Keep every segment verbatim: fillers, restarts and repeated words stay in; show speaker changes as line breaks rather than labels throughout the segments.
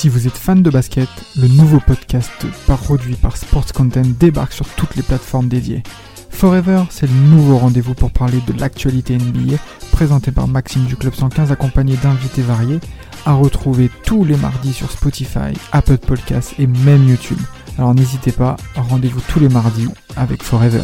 Si vous êtes fan de basket, le nouveau podcast produit par Sports Content débarque sur toutes les plateformes dédiées. Forever, c'est le nouveau rendez-vous pour parler de l'actualité N B A, présenté par Maxime du Club cent quinze accompagné d'invités variés, à retrouver tous les mardis sur Spotify, Apple Podcasts et même YouTube. Alors n'hésitez pas, rendez-vous tous les mardis avec Forever.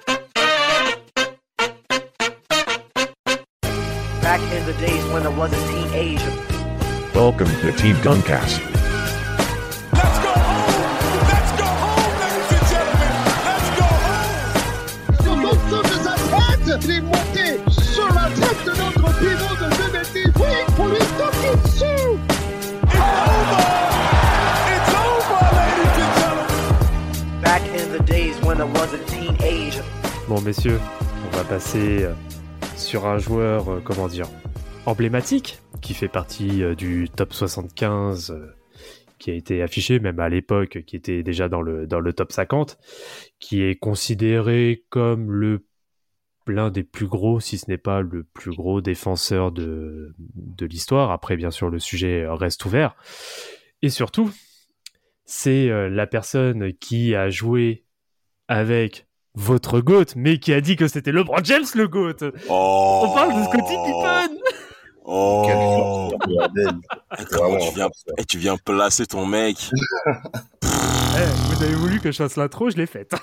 Back in the days when I was a teenager.
Welcome to Team Duncast.
Let's go home! Let's go home, ladies and gentlemen! Let's go home!
Sur l'autre de sa tête, il est monté sur la tête de notre pivot de deux mètres dix. Oui, pour lui taper dessus!
It's over! It's over, ladies and gentlemen!
Back in the days when I was a teenager.
Bon, messieurs, on va passer sur un joueur, euh, comment dire, emblématique, qui fait partie euh, du top soixante-quinze, euh, qui a été affiché, même à l'époque, qui était déjà dans le, dans le top cinquante, qui est considéré comme le l'un des plus gros, si ce n'est pas le plus gros défenseur de, de l'histoire. Après, bien sûr, le sujet reste ouvert. Et surtout, c'est euh, la personne qui a joué avec votre GOAT, mais qui a dit que c'était LeBron James le GOAT.
Oh.
On parle de Scottie Pippen.
Oh.
Quelle force pour Adèle.
Eh, comment tu viens, eh, tu viens placer ton mec.
Eh, vous avez voulu que je fasse l'intro, je l'ai faite.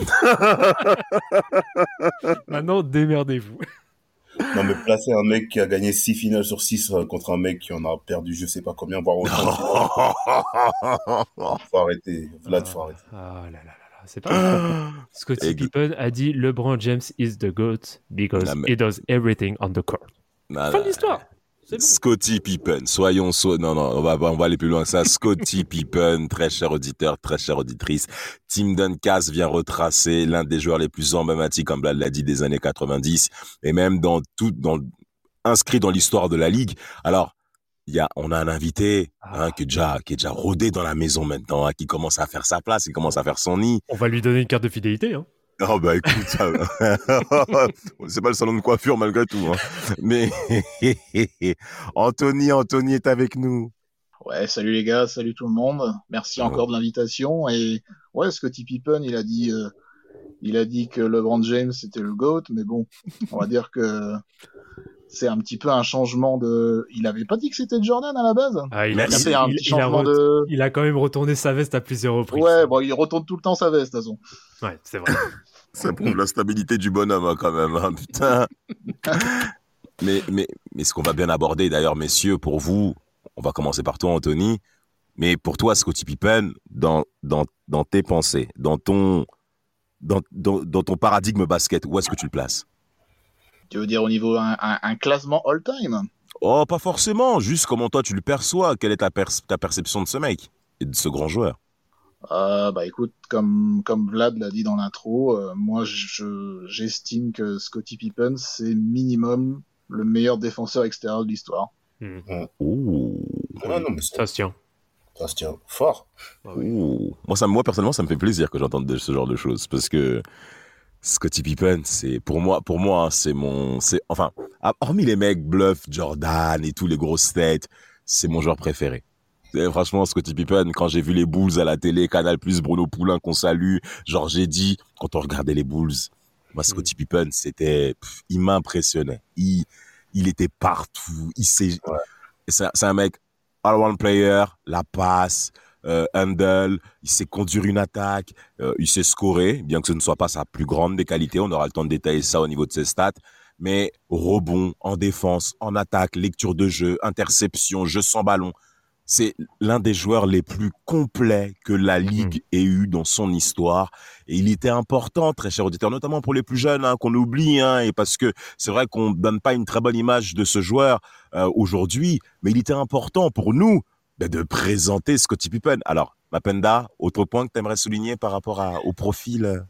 Maintenant, démerdez-vous.
Non, mais placer un mec qui a gagné six finales sur six euh, contre un mec qui en a perdu je sais pas combien, voire autant. Faut arrêter. Vlad, faut arrêter.
Ah là là là là, c'est pas Scottie Pippen a dit LeBron James is the GOAT because
Non, mais...
he does everything on the court.
Non,
Fin
non.
de l'histoire. C'est bon.
Scottie Pippen, soyons so... non non, on va on va aller plus loin que ça. Scottie Pippen, très cher auditeur, très chère auditrice. Team Duncast vient retracer l'un des joueurs les plus emblématiques, comme Vlad l'a dit, des années quatre-vingt-dix, et même dans tout, dans inscrit dans l'histoire de la ligue. Alors, il y a, on a un invité
Ah.
hein, qui est déjà qui est déjà rodé dans la maison maintenant, hein, qui commence à faire sa place, qui commence à faire son nid.
On va lui donner une carte de fidélité. Hein.
Oh bah écoute, ça... c'est pas le salon de coiffure malgré tout, hein. Mais Anthony, Anthony est avec nous.
Ouais, salut les gars, salut tout le monde. Merci encore de l'invitation. Et ouais, Scottie Pippen, il a dit, euh, il a dit que LeBron James c'était le GOAT, mais bon, on va dire que c'est un petit peu un changement de. Il avait pas dit que c'était Jordan à la base.
Ah, il,
Mais
a,
il-
C'est un
il-
petit
il a
changement
re-
de.
il a quand même retourné sa veste à plusieurs reprises.
Ouais, bon, il retourne tout le temps sa veste, de toute façon.
Ouais, c'est vrai.
Ça prouve la stabilité du bonhomme hein, quand même, hein, putain. mais, mais, mais ce qu'on va bien aborder d'ailleurs, messieurs, pour vous, on va commencer par toi, Anthony. Mais pour toi, Scottie Pippen, dans, dans, dans tes pensées, dans ton, dans, dans, dans ton paradigme basket, où est-ce que tu le places?
Tu veux dire au niveau un, un, un classement all-time?
Oh, pas forcément, juste comment toi tu le perçois, quelle est ta, per- ta perception de ce mec et de ce grand joueur?
Euh, bah écoute, comme comme Vlad l'a dit dans l'intro, euh, moi je j'estime que Scottie Pippen c'est minimum le meilleur défenseur extérieur de l'histoire.
Hmm.
Ouh.
Ah, non, mais ça,
Ça se tient.
ça se tient fort.
Ouh. Moi, ça, moi, personnellement, ça me fait plaisir que j'entende de- ce genre de choses parce que Scottie Pippen, c'est pour moi, pour moi, hein, c'est mon, c'est enfin, ah, hormis les mecs bluff, Jordan et tous les grosses têtes, c'est mon joueur préféré. Et franchement, Scottie Pippen, quand j'ai vu les Bulls à la télé, Canal+, Bruno Poulain qu'on salue, Georges Eddy, quand on regardait les Bulls, moi, Scottie Pippen, c'était, pff, il m'impressionnait. Il, il était partout. Il sait,
Ouais.
c'est, un- c'est un mec all-round player, la passe, euh, handle, il sait conduire une attaque, euh, il sait scorer, bien que ce ne soit pas sa plus grande des qualités. On aura le temps de détailler ça au niveau de ses stats. Mais rebond, en défense, en attaque, lecture de jeu, interception, jeu sans ballon. C'est l'un des joueurs les plus complets que la Ligue ait eu dans son histoire. Et il était important, très cher auditeur, notamment pour les plus jeunes, hein, qu'on oublie, hein, et parce que c'est vrai qu'on donne pas une très bonne image de ce joueur euh, aujourd'hui, mais il était important pour nous ben, de présenter Scottie Pippen. Alors, Mapenda, autre point que tu aimerais souligner par rapport à, au profil euh,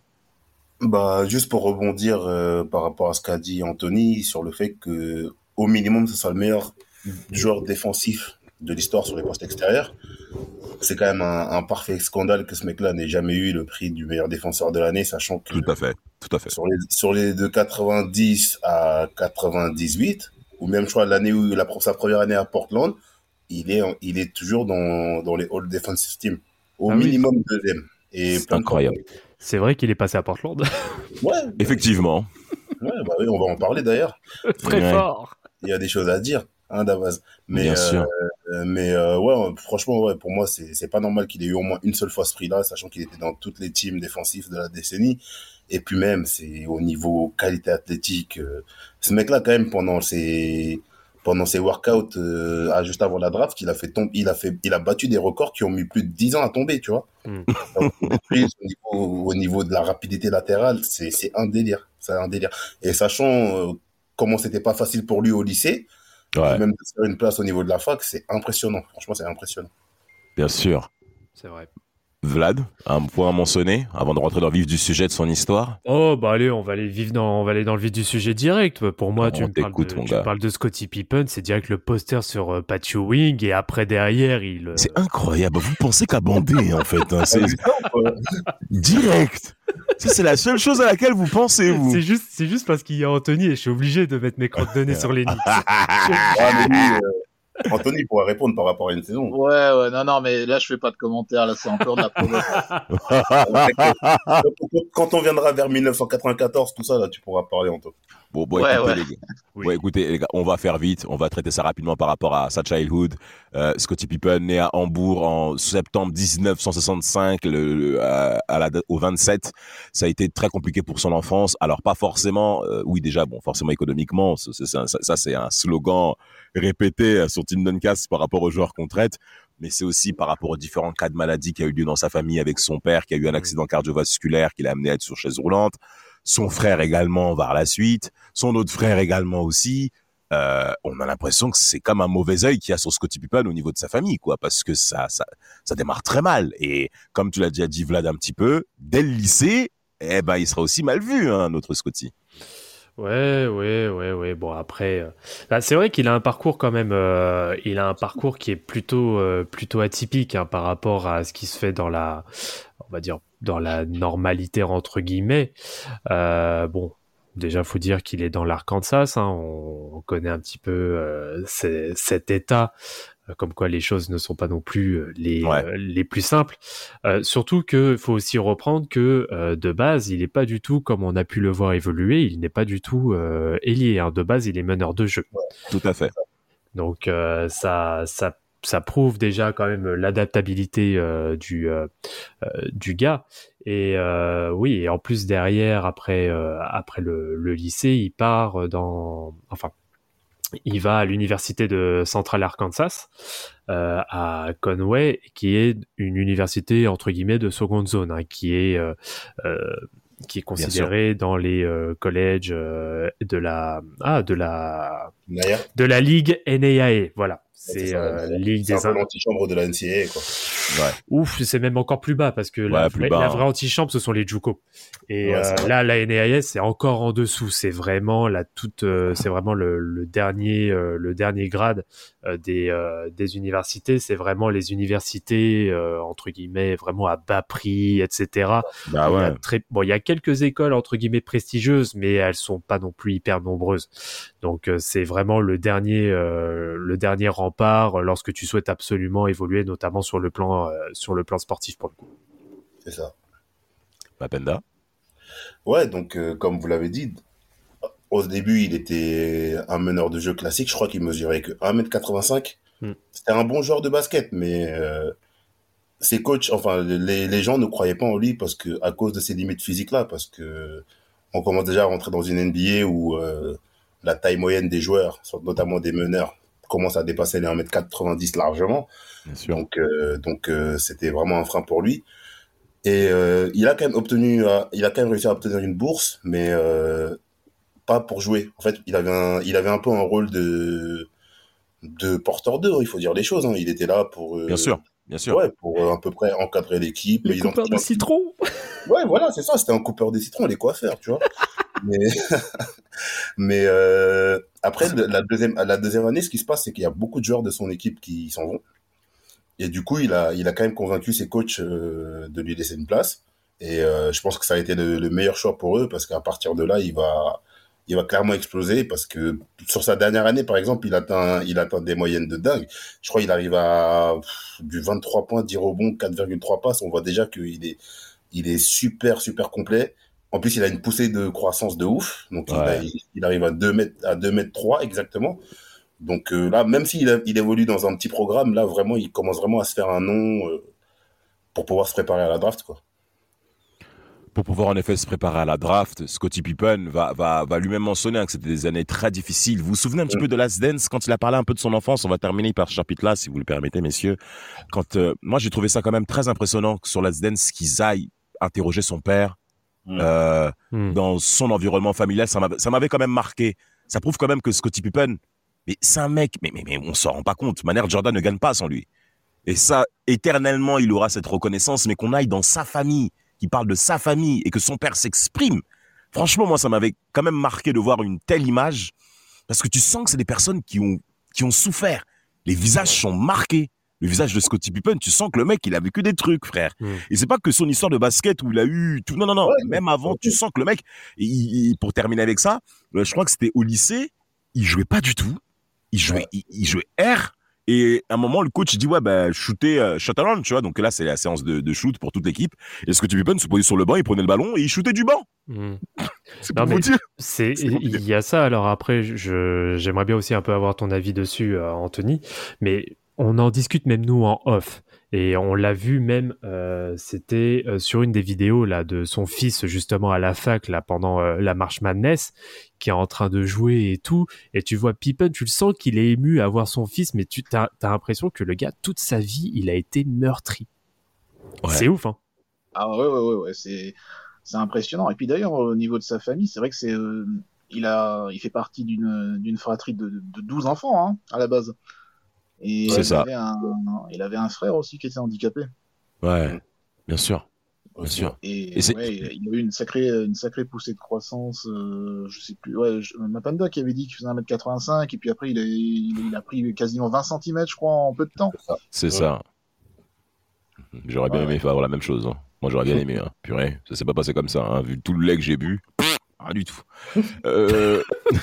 Bah, juste pour rebondir euh, par rapport à ce qu'a dit Anthony sur le fait que au minimum ce sera le meilleur joueur défensif de l'histoire sur les postes extérieurs. C'est quand même un, un parfait scandale que ce mec-là n'ait jamais eu le prix du meilleur défenseur de l'année, sachant que
Tout à fait, tout à fait.
sur les sur les de quatre-vingt-dix à quatre-vingt-dix-huit, ou même je crois l'année où la sa première année à Portland, il est, en- il est toujours dans, dans les All Defensive Team. Au
Ah oui.
minimum deuxième. Et
C'est
plein de
incroyable.
C'est vrai qu'il est passé à Portland.
Ouais,
Effectivement.
ouais, bah oui, on va en parler d'ailleurs.
Très
Ouais.
fort.
Il y a des choses à dire, hein, Davaz. Mais,
Bien
euh,
sûr.
euh, mais euh, ouais, franchement, ouais, pour moi, c'est, c'est pas normal qu'il ait eu au moins une seule fois ce prix-là, sachant qu'il était dans toutes les teams défensifs de la décennie. Et puis même, c'est au niveau qualité athlétique. euh, ce mec-là, quand même, pendant ses, pendant ses workouts, euh, à- juste avant la draft, il a fait tomber, il a fait, il a battu des records qui ont mis plus de dix ans à tomber, tu vois.
Mm.
Donc, lui, au niveau, au niveau de la rapidité latérale, c'est, c'est un délire. C'est un délire. Et sachant euh, comment c'était pas facile pour lui au lycée,
Ouais,
même de se faire une place au niveau de la fac, c'est impressionnant. Franchement, c'est impressionnant.
bien sûr.
C'est vrai.
Vlad, un point à mentionner avant de rentrer dans le vif du sujet de son histoire.
Oh bah allez, on va aller vivre dans, on va aller dans le vif du sujet direct. Pour moi,
Ah,
tu
on
me parles
t'écoute,
de,
mon
tu
gars.
me parles de Scottie Pippen, c'est direct le poster sur euh, Pat Ewing et après derrière il. euh,
C'est incroyable. Vous pensez qu'à bander, en fait. Hein. C'est direct. Ça, c'est la seule chose à laquelle vous pensez, vous.
C'est juste, c'est juste parce qu'il y a Anthony et je suis obligé de mettre mes crottes de nez sur les Knicks.
Ah, mais lui, euh, Anthony pourra répondre par rapport à une saison.
Ouais, ouais, non, non, mais là, je fais pas de commentaires, là, c'est encore de la provocation.
Quand on viendra vers dix-neuf cent quatre-vingt-quatorze, tout ça, là, tu pourras parler, Anto.
Bon, bon,
Ouais,
écoutez,
ouais.
les gars.
Oui.
Ouais, écoutez, les gars, on va faire vite. On va traiter ça rapidement par rapport à sa childhood. Euh, Scottie Pippen, né à Hambourg en septembre dix-neuf cent soixante-cinq, le, le- à, à la, au vingt-sept. Ça a été très compliqué pour son enfance. Alors, pas forcément, euh, oui, déjà, bon, forcément économiquement. Ça, c'est un- ça, ça, c'est un slogan répété sur Team Duncast par rapport aux joueurs qu'on traite. Mais c'est aussi par rapport aux différents cas de maladie qui a eu lieu dans sa famille avec son père qui a eu un accident cardiovasculaire qui l'a amené à être sur chaise roulante. Son frère également par la suite. Son autre frère également aussi. Euh, on a l'impression que c'est comme un mauvais œil qu'il y a sur Scottie Pippen au niveau de sa famille, quoi, parce que ça, ça, ça démarre très mal. Et comme tu l'as déjà dit, Vlad, un petit peu, dès le lycée, eh ben, il sera aussi mal vu, hein, notre Scottie.
Ouais, ouais, ouais, ouais. Bon, après, euh, là, c'est vrai qu'il a un parcours quand même. euh, il a un parcours qui est plutôt, euh, plutôt atypique hein, par rapport à ce qui se fait dans la, on va dire, dans la normalité entre guillemets. Euh, bon, déjà, faut dire qu'il est dans l'Arkansas. Hein, on, on connaît un petit peu euh, c'est- cet état. euh, Comme quoi les choses ne sont pas non plus euh, les,
Ouais.
euh, les plus simples. Euh, surtout que faut aussi reprendre que euh, de base, il n'est pas du tout comme on a pu le voir évoluer. Il n'est pas du tout euh, ailier. Hein. De base, il est meneur de jeu.
Tout à fait.
Donc euh, ça, ça, ça prouve déjà quand même l'adaptabilité euh, du, euh, euh, du gars. Et euh, oui, et en plus derrière, après, euh, après le, le lycée, il part dans, enfin, il va à l'université de Central Arkansas euh, à Conway, qui est une université entre guillemets de seconde zone, hein, qui est euh, euh, qui est considérée dans les euh, collèges euh, de la ah de la
Naya,
de la ligue N A A A. Voilà,
c'est
c'est
ça,
euh,
c'est-
ligue
c'est
des
un peu l'antichambre de la N C A A, quoi.
Ouais.
Ouf, c'est même encore plus bas parce que la,
Ouais, plus
vraie,
bas,
la
hein.
vraie antichambre, ce sont les JUCO. Et
Ouais,
euh,
c'est vrai.
là, la N A A S, c'est encore en dessous. C'est vraiment la toute, euh, c'est vraiment le, le dernier, euh, le dernier grade euh, des euh, des universités. C'est vraiment les universités euh, entre guillemets vraiment à bas prix, et cetera.
Bah
Il y
ouais.
a très, bon, il y a quelques écoles entre guillemets prestigieuses, mais elles sont pas non plus hyper nombreuses. Donc euh, c'est vraiment le dernier, euh, le dernier rempart euh, lorsque tu souhaites absolument évoluer, notamment sur le plan, euh, sur le plan sportif pour le coup.
C'est ça.
Mapenda.
Ouais, donc, euh, comme vous l'avez dit, au début, il était un meneur de jeu classique. Je crois qu'il mesurait que un mètre quatre-vingt-cinq.
Mm.
C'était un bon joueur de basket, mais euh, ses coachs, enfin, les, les gens ne croyaient pas en lui parce que, à cause de ses limites physiques-là, parce que on commence déjà à rentrer dans une N B A où euh, la taille moyenne des joueurs, notamment des meneurs, commence à dépasser les un mètre quatre-vingt-dix largement.
Bien sûr.
Donc, euh, donc euh, c'était vraiment un frein pour lui. Et euh, il a quand même obtenu, euh, il a quand même réussi à obtenir une bourse, mais euh, pas pour jouer. En fait, il avait un, il avait un peu un rôle de de porteur d'eau. Il faut dire les choses. Hein. Il était là pour, euh,
Bien sûr. Bien sûr.
ouais, pour euh, à peu près encadrer l'équipe.
Le
Ils
coupeur
ont-
de citron.
Ouais, voilà, c'est ça. C'était un coupeur des citrons, les coiffeurs, tu vois. mais mais euh, après le- la deuxième, la deuxième année, ce qui se passe, c'est qu'il y a beaucoup de joueurs de son équipe qui s'en vont. Et du coup, il a, il a quand même convaincu ses coachs euh, de lui laisser une place. Et euh, je pense que ça a été le, le meilleur choix pour eux parce qu'à partir de là, il va, il va clairement exploser parce que sur sa dernière année, par exemple, il atteint, il atteint des moyennes de dingue. Je crois qu'il arrive à pff, du vingt-trois points, dix rebonds, quatre virgule trois passes. On voit déjà qu'il est, il est super, super complet. En plus, il a une poussée de croissance de ouf. Donc, ouais. il, a, il, il arrive à deux mètres, à deux mètres trois exactement. Donc euh, là, même s'il a, il évolue dans un petit programme, là, vraiment, il commence vraiment à se faire un nom euh, pour pouvoir se préparer à la draft, quoi.
Pour pouvoir en effet se préparer à la draft, Scottie Pippen va, va, va lui-même mentionner hein, que c'était des années très difficiles. Vous vous souvenez un petit mmh. peu de Last Dance quand il a parlé un peu de son enfance? On va terminer par ce chapitre-là, si vous le permettez, messieurs. Quand euh, moi, j'ai trouvé ça quand même très impressionnant sur Last Dance qu'ils aillent interroger son père mmh. Euh, mmh. dans son environnement familial. Ça m'avait, ça m'avait quand même marqué. Ça prouve quand même que Scottie Pippen, mais c'est un mec, mais, mais, mais on s'en rend pas compte. Manière Jordan ne gagne pas sans lui. Et ça, éternellement, il aura cette reconnaissance, mais qu'on aille dans sa famille, qui parle de sa famille et que son père s'exprime. Franchement, moi, ça m'avait quand même marqué de voir une telle image parce que tu sens que c'est des personnes qui ont, qui ont souffert. Les visages sont marqués. Le visage de Scottie Pippen, tu sens que le mec, il a vécu des trucs, frère. Mmh. Et c'est pas que son histoire de basket où il a eu tout. Non, non, non. Ouais, même avant, tu sens que le mec, il, il, pour terminer avec ça, je crois que c'était au lycée, il jouait pas du tout. Il jouait, ouais. il, il jouait R. Et à un moment, le coach il dit ouais bah shooter, euh, shot around, tu vois. Donc là, c'est la séance de, de shoot pour toute l'équipe. Et Scottie Pippen se posait sur le banc, il prenait le ballon et il shootait du banc. Mmh. C'est
non, pour vous dire. C'est, c'est pour il y a ça. Alors après, je, j'aimerais bien aussi un peu avoir ton avis dessus, euh, Anthony. Mais on en discute même nous en off. Et on l'a vu même, euh, c'était euh, sur une des vidéos là de son fils justement à la fac là pendant euh, la March Madness, qui est en train de jouer et tout. Et tu vois Pippen, tu le sens qu'il est ému à voir son fils, mais tu t'as, t'as l'impression que le gars toute sa vie il a été meurtri. Ouais. C'est ouf, hein.
Ah ouais ouais ouais ouais, c'est c'est impressionnant. Et puis d'ailleurs au niveau de sa famille, c'est vrai que c'est euh, il a il fait partie d'une d'une fratrie de, de douze enfants hein, à la base. Et
c'est
il,
ça.
Avait un, il avait un frère aussi qui était handicapé.
Ouais, bien sûr. Bien sûr.
Et, et ouais, il a eu une sacrée, une sacrée poussée de croissance. Euh, je sais plus. Ouais, je, Mapanda qui avait dit qu'il faisait un mètre quatre-vingt-cinq et puis après il a, il, il a pris quasiment vingt centimètres, je crois, en peu de temps.
C'est ça. C'est ouais. ça. J'aurais bien ouais, aimé ouais. faire la même chose. Hein. Moi, j'aurais bien aimé. Hein. Purée, ça s'est pas passé comme ça. Hein. Vu tout le lait que j'ai bu, rien du tout. euh...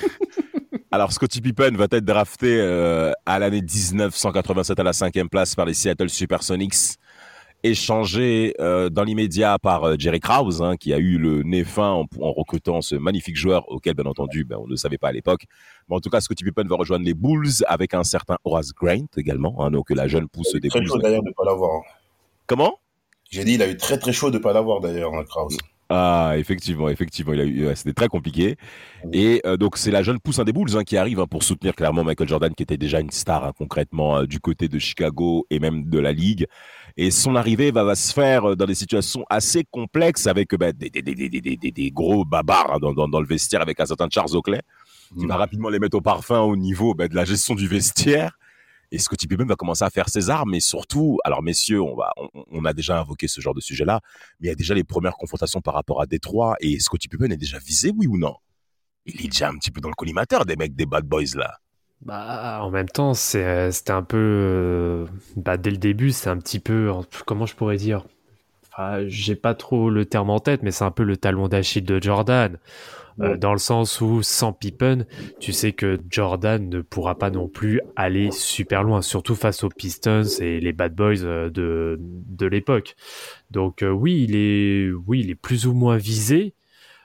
Alors, Scottie Pippen va être drafté euh, à l'année dix-neuf cent quatre-vingt-sept à la cinquième place par les Seattle Supersonics, échangé euh, dans l'immédiat par euh, Jerry Krause, hein, qui a eu le nez fin en, en recrutant ce magnifique joueur auquel, bien entendu, ben, on ne savait pas à l'époque. Mais en tout cas, Scottie Pippen va rejoindre les Bulls avec un certain Horace Grant également, hein, donc la jeune pousse des
très
Bulls.
Très chaud d'ailleurs de ne pas l'avoir.
Comment ?
J'ai dit, il a eu très très chaud de ne pas l'avoir d'ailleurs, hein, Krause.
Ah, effectivement, effectivement, il a eu, ouais, c'était très compliqué. Et euh, donc, c'est la jeune pousse hein, des Bulls hein, qui arrive hein, pour soutenir clairement Michael Jordan, qui était déjà une star hein, concrètement euh, du côté de Chicago et même de la Ligue. Et son arrivée va, va se faire dans des situations assez complexes avec bah, des, des, des, des, des, des, des gros babards hein, dans, dans, dans le vestiaire avec un certain Charles Oakley, qui mmh. va rapidement les mettre au parfum au niveau bah, de la gestion du vestiaire. Et Scottie Pippen va commencer à faire ses armes, mais surtout, alors messieurs, on va, on, on a déjà invoqué ce genre de sujet-là, mais il y a déjà les premières confrontations par rapport à Détroit, et Scottie Pippen est déjà visé, oui ou non ? Il est déjà un petit peu dans le collimateur des mecs, des bad boys là.
Bah, en même temps, c'est, c'était un peu, euh, bah, dès le début, c'est un petit peu, comment je pourrais dire ? Enfin, j'ai pas trop le terme en tête, mais c'est un peu le talon d'Achille de Jordan. Euh, dans le sens où sans Pippen, tu sais que Jordan ne pourra pas non plus aller super loin, surtout face aux Pistons et les Bad Boys de de l'époque. Donc euh, oui, il est oui, il est plus ou moins visé,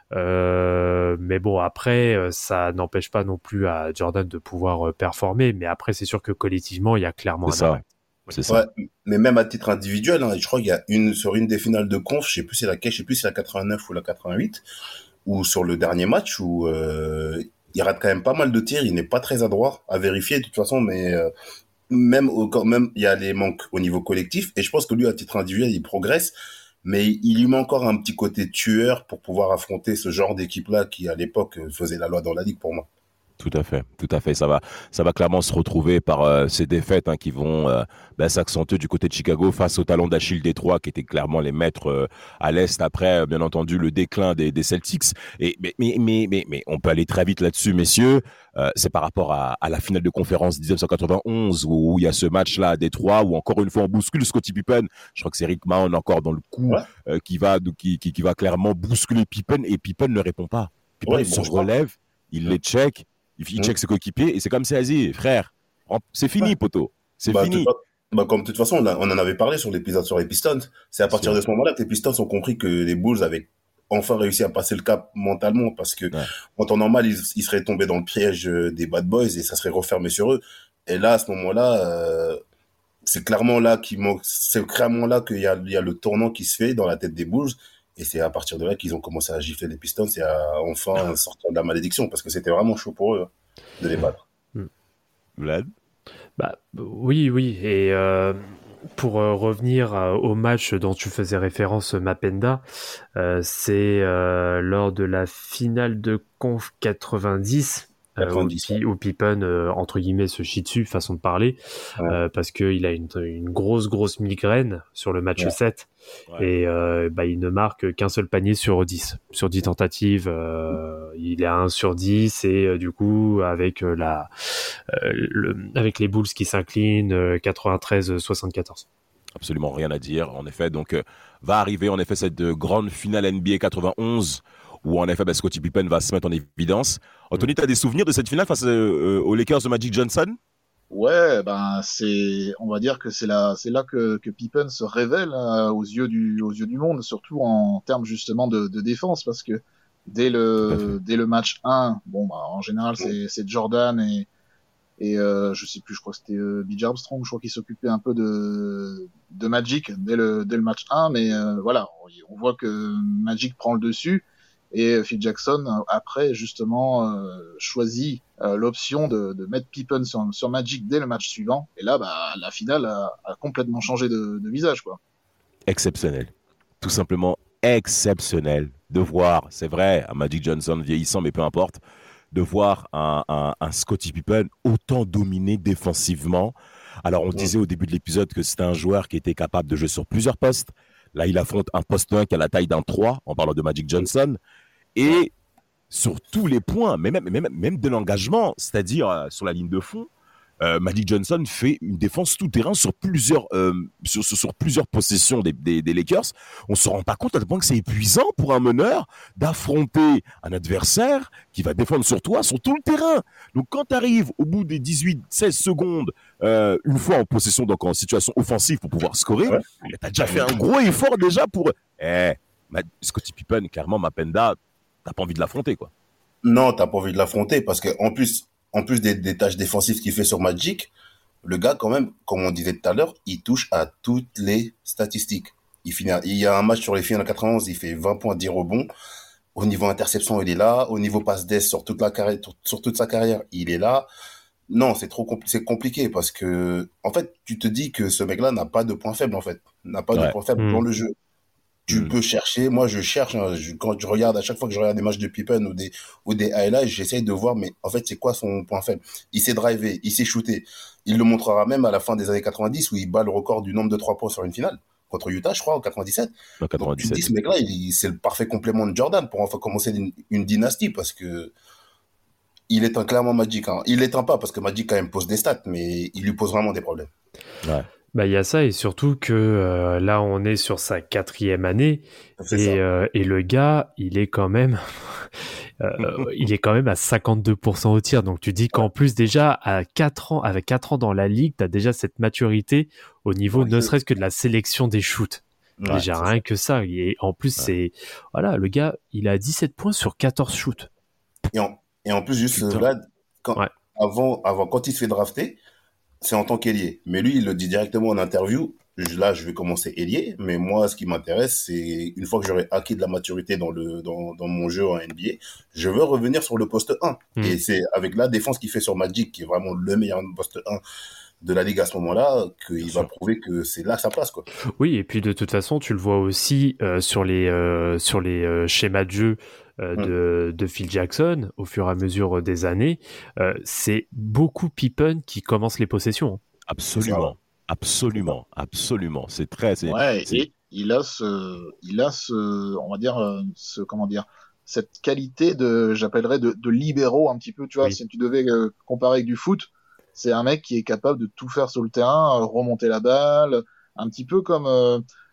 euh, mais bon après ça n'empêche pas non plus à Jordan de pouvoir performer. Mais après c'est sûr que collectivement il y a clairement
c'est
un
ça.
impact.
C'est ça.
Ouais, mais même à titre individuel, hein, je crois qu'il y a une sur une des finales de conf, je sais plus c'est laquelle, je sais plus si c'est la quatre-vingt-neuf ou la quatre-vingt-huit. Ou sur le dernier match où euh, il rate quand même pas mal de tirs, il n'est pas très adroit à vérifier de toute façon, mais euh, même au, quand même il y a les manques au niveau collectif et je pense que lui à titre individuel il progresse, mais il lui manque encore un petit côté tueur pour pouvoir affronter ce genre d'équipe là qui à l'époque faisait la loi dans la ligue pour moi.
Tout à fait, tout à fait. Ça va, ça va clairement se retrouver par euh, ces défaites hein, qui vont euh, bah, s'accentuer du côté de Chicago face au talon d'Achille Détroit, qui étaient clairement les maîtres euh, à l'est. Après, bien entendu, le déclin des, des Celtics. Et mais, mais mais mais mais on peut aller très vite là-dessus, messieurs. Euh, c'est par rapport à, à la finale de conférence dix-neuf cent quatre-vingt-onze où, où il y a ce match-là à Détroit où encore une fois on bouscule Scottie Pippen. Je crois que c'est Rick Mahon encore dans le coup ouais. euh, qui va qui, qui qui va clairement bousculer Pippen et Pippen ne répond pas. Pippen ouais, se relève. il les check, il, il
Mm.
check ses coéquipiers, et c'est comme ça, vas-y, frère, rem- c'est fini,
Ouais.
poteau. C'est
Bah,
fini.
de toute fa- bah, comme de toute façon, on, a- on en avait parlé sur l'épisode sur les Pistons. C'est à partir
Sûr.
de ce moment-là que les Pistons ont compris que les Bulls avaient enfin réussi à passer le cap mentalement, parce que
Ouais.
en temps normal, ils, ils seraient tombés dans le piège euh, des bad boys et ça serait refermé sur eux. Et là, à ce moment-là, euh, c'est clairement là qu'il manque, c'est clairement là qu'il y a, il y a le tournant qui se fait dans la tête des Bulls. Et c'est à partir de là qu'ils ont commencé à gifler les Pistons et à enfin sortir de la malédiction, parce que c'était vraiment chaud pour eux hein, de les battre.
Vlad.
Bah, oui, oui. Et euh, pour euh, revenir euh, au match dont tu faisais référence, Mapenda, euh, c'est euh, lors de la finale de Conf quatre-vingt-dix, euh, où,
quatre-vingt-dix,
Pi- où Pippen, euh, entre guillemets, se chie dessus, façon de parler,
Ouais.
euh, parce qu'il a une, une grosse, grosse migraine sur le match
Ouais.
sept.
Ouais.
Et euh, bah, il ne marque qu'un seul panier sur dix. Sur dix tentatives, euh, il est à un sur dix, et euh, du coup, avec, euh, la, euh, le, avec les Bulls qui s'inclinent, euh, quatre-vingt-treize soixante-quatorze.
Absolument rien à dire. En effet, donc euh, va arriver en effet cette euh, grande finale N B A quatre-vingt-onze où en effet bah, Scottie Pippen va se mettre en évidence. Anthony, tu as des souvenirs de cette finale face euh, aux Lakers de Magic Johnson?
Ouais, ben c'est, on va dire que c'est là, c'est là que, que Pippen se révèle euh, aux yeux du, aux yeux du monde, surtout en termes justement de, de défense, parce que dès
Tout à
le, dès le match un, bon bah en général c'est, c'est Jordan et et euh, je sais plus, je crois que c'était euh, B J Armstrong, je crois qu'il s'occupait un peu de de Magic dès le dès le match un, mais euh, voilà, on, on voit que Magic prend le dessus. Et Phil Jackson, après, justement, euh, choisit euh, l'option de, de mettre Pippen sur, sur Magic dès le match suivant. Et là, bah, la finale a, a complètement changé de, de visage, quoi.
Exceptionnel. Tout simplement exceptionnel de voir, c'est vrai, un Magic Johnson vieillissant, mais peu importe, de voir un, un, un Scottie Pippen autant dominé défensivement. Alors, on
Ouais.
disait au début de l'épisode que c'était un joueur qui était capable de jouer sur plusieurs postes. Là, il affronte un poste un qui a la taille d'un trois, en parlant de Magic Johnson. Et sur tous les points, mais même, même, même de l'engagement, c'est-à-dire euh, sur la ligne de fond, euh, Magic Johnson fait une défense tout-terrain sur plusieurs, euh, sur, sur, sur plusieurs possessions des, des, des Lakers. On ne se rend pas compte à tel point que c'est épuisant pour un meneur d'affronter un adversaire qui va défendre sur toi, sur tout le terrain. Donc quand tu arrives au bout des dix-huit seize secondes, euh, une fois en possession, donc en situation offensive pour pouvoir scorer,
Ouais.
tu as déjà fait un gros effort déjà pour... Eh, Ma- Scottie Pippen, clairement, Mapenda, t'as pas envie de l'affronter, quoi.
Non, t'as pas envie de l'affronter parce que en plus, en plus des, des tâches défensives qu'il fait sur Magic, le gars quand même, comme on disait tout à l'heure, il touche à toutes les statistiques. Il finit, il y a un match sur les finales quatre-vingt-onze, il fait vingt points, dix rebonds. Au niveau interception, il est là. Au niveau passe d'ess sur toute la carrière, sur toute sa carrière, il est là. Non, c'est trop compli- c'est compliqué parce que en fait, tu te dis que ce mec-là n'a pas de point faible en fait, n'a pas
Ouais.
de point faible
Mm.
dans le jeu. Tu
Mm.
peux chercher, moi je cherche, hein, je- quand je regarde, à chaque fois que je regarde des matchs de Pippen ou des, ou des highlights, j'essaye de voir, mais en fait, c'est quoi son point faible? Il sait driver, il sait shooter. Il le montrera même à la fin des années quatre-vingt-dix où il bat le record du nombre de trois points sur une finale, contre Utah, je crois, en quatre-vingt-dix-sept.
En
Donc tu te dis,
quatre-vingt-dix-sept.
ce mec-là, il- c'est le parfait complément de Jordan pour enfin commencer une, une dynastie parce que il éteint clairement Magic, hein. Il l'éteint pas parce que Magic quand même pose des stats, mais il lui pose vraiment des problèmes.
Ouais.
Bah, il y a ça, et surtout que euh, là, on est sur sa quatrième année,
C'est ça.
et, euh, et le gars, il est quand même, euh, il est quand même à cinquante-deux pour cent au tir. Donc tu dis qu'en plus déjà à quatre ans, avec quatre ans dans la ligue, t'as déjà cette maturité au niveau,
Ouais,
ne
c'est-
serait-ce que de la sélection des shoots.
Ouais,
Déjà
c'est
rien
ça.
que ça. Et en plus,
Ouais.
c'est voilà, le gars, il a dix-sept points sur quatorze shoots.
Et en, et en plus, juste
Putain.
euh, là, quand,
Ouais.
avant, avant, quand il se fait drafter, c'est en tant qu'ailier. Mais lui, il le dit directement en interview. Je- Là, je vais commencer ailier. Mais moi, ce qui m'intéresse, c'est une fois que j'aurai acquis de la maturité dans le, dans, dans mon jeu en N B A, je veux revenir sur le poste un.
Mm.
Et c'est avec la défense qu'il fait sur Magic, qui est vraiment le meilleur poste un de la ligue à ce moment-là, qu'il va
sûr.
prouver que c'est là sa place, quoi.
Oui, et puis de toute façon, tu le vois aussi euh, sur les, euh, sur les euh, schémas de jeu euh,
Mm.
de, de Phil Jackson au fur et à mesure des années. Euh, c'est beaucoup Pippen qui commence les possessions.
Absolument. Absolument. Absolument. C'est très... c'est-
Ouais,
c'est-
et il a ce, il a ce, on va dire, euh, ce, comment dire, cette qualité de, j'appellerais de, de libéraux un petit peu, tu vois,
Oui.
si tu devais euh, comparer avec du foot, c'est un mec qui est capable de tout faire sur le terrain, euh, remonter la balle, un petit peu comme, euh,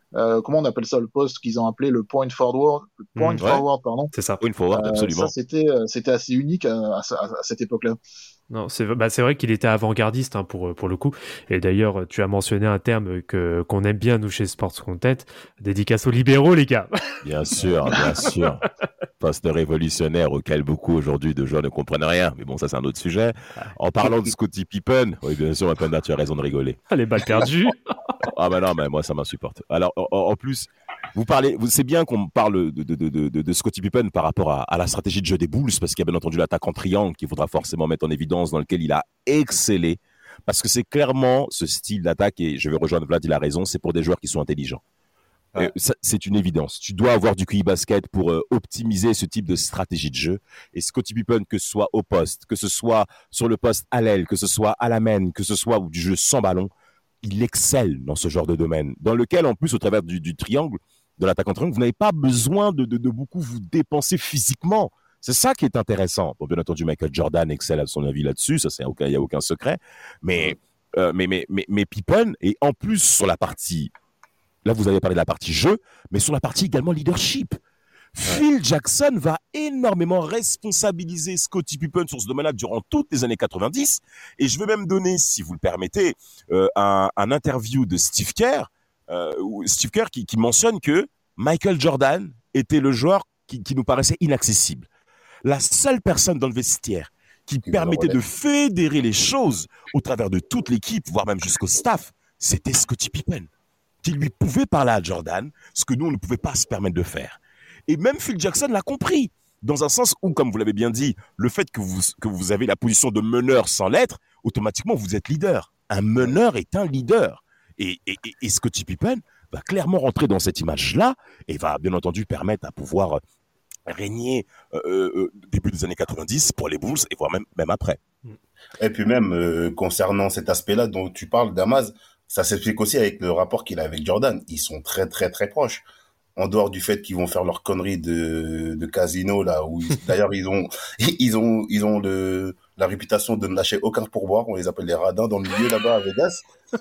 euh, comment on appelle ça, le poste qu'ils ont appelé le point forward, le point
Mm,
ouais.
forward, pardon.
C'est ça.
Point forward,
Euh,
absolument.
ça, c'était, euh, c'était assez unique à, à, à- à cette époque-là.
Non, c'est bah, c'est vrai qu'il était avant-gardiste hein, pour, pour le coup. Et d'ailleurs, tu as mentionné un terme que, qu'on aime bien, nous, chez Sports Content. Dédicace aux libéraux, les gars.
Bien sûr, bien sûr. Poste révolutionnaire auquel beaucoup aujourd'hui de joueurs ne comprennent rien. Mais bon, ça, c'est un autre sujet. En parlant de Scottie Pippen, oui, bien sûr, Panda, tu as raison de rigoler.
Les balles perdues.
Ah, bah non, mais moi, ça m'insupporte. Alors, en, en plus, vous parlez, vous, c'est bien qu'on parle de, de, de, de, de Scottie Pippen par rapport à, à la stratégie de jeu des Bulls, parce qu'il y a bien entendu l'attaque en triangle qu'il faudra forcément mettre en évidence, dans lequel il a excellé. Parce que c'est clairement ce style d'attaque, et je vais rejoindre Vlad, il a raison, c'est pour des joueurs qui sont intelligents.
Ouais.
Euh, ça, c'est une évidence. Tu dois avoir du Q I basket pour euh, optimiser ce type de stratégie de jeu. Et Scottie Pippen, que ce soit au poste, que ce soit sur le poste à l'aile, que ce soit à la main, que ce soit du jeu sans ballon, il excelle dans ce genre de domaine, dans lequel, en plus, au travers du, du triangle, de l'attaque en triangle, vous n'avez pas besoin de, de, de beaucoup vous dépenser physiquement. C'est ça qui est intéressant. Bon, bien entendu, Michael Jordan excelle à son avis là-dessus, ça, c'est aucun, il n'y a aucun secret. Mais, euh, mais, mais, mais, mais Pippen, et en plus sur la partie, là vous avez parlé de la partie jeu, mais sur la partie également leadership. Phil Jackson va énormément responsabiliser Scottie Pippen sur ce domaine-là durant toutes les années quatre-vingt-dix. Et je vais même donner, si vous le permettez, euh, un, un interview de Steve Kerr, euh, où Steve Kerr qui, qui mentionne que Michael Jordan était le joueur qui, qui nous paraissait inaccessible. La seule personne dans le vestiaire qui
Qui
permettait
nous
de fédérer les choses au travers de toute l'équipe, voire même jusqu'au staff, c'était Scottie Pippen, qui lui pouvait parler à Jordan, ce que nous, on ne pouvait pas se permettre de faire. Et même Phil Jackson l'a compris, dans un sens où, comme vous l'avez bien dit, le fait que vous, que vous avez la position de meneur sans l'être, automatiquement, vous êtes leader. Un meneur est un leader. Et, et, et, et Scottie Pippen va clairement rentrer dans cette image-là et va, bien entendu, permettre à pouvoir régner euh, euh, début des années quatre-vingt-dix pour les Bulls et voire même, même après.
Et puis même, euh, concernant cet aspect-là dont tu parles, Damas, ça s'explique aussi avec le rapport qu'il a avec Jordan. Ils sont très, très, très proches. En dehors du fait qu'ils vont faire leur connerie de, de casino, là, où ils- d'ailleurs, ils ont, ils ont, ils ont le, la réputation de ne lâcher aucun pourboire. On les appelle les radins dans le milieu là-bas à Vegas.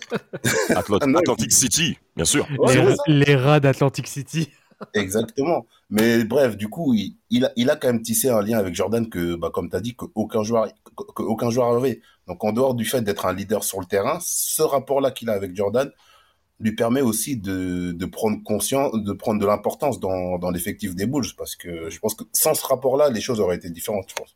Atl-
Non,
Atlantic City, bien sûr.
Ouais,
les,
c'est ça.
les rats d'Atlantic City.
Exactement. Mais bref, du coup, il, il, a, il a quand même tissé un lien avec Jordan que, bah, comme tu as dit, qu'aucun joueur, qu'aucun joueur avait. Donc, en dehors du fait d'être un leader sur le terrain, ce rapport-là qu'il a avec Jordan lui permet aussi de, de prendre conscience, de prendre de l'importance dans, dans l'effectif des Bulls. Parce que je pense que sans ce rapport-là, les choses auraient été différentes, je pense.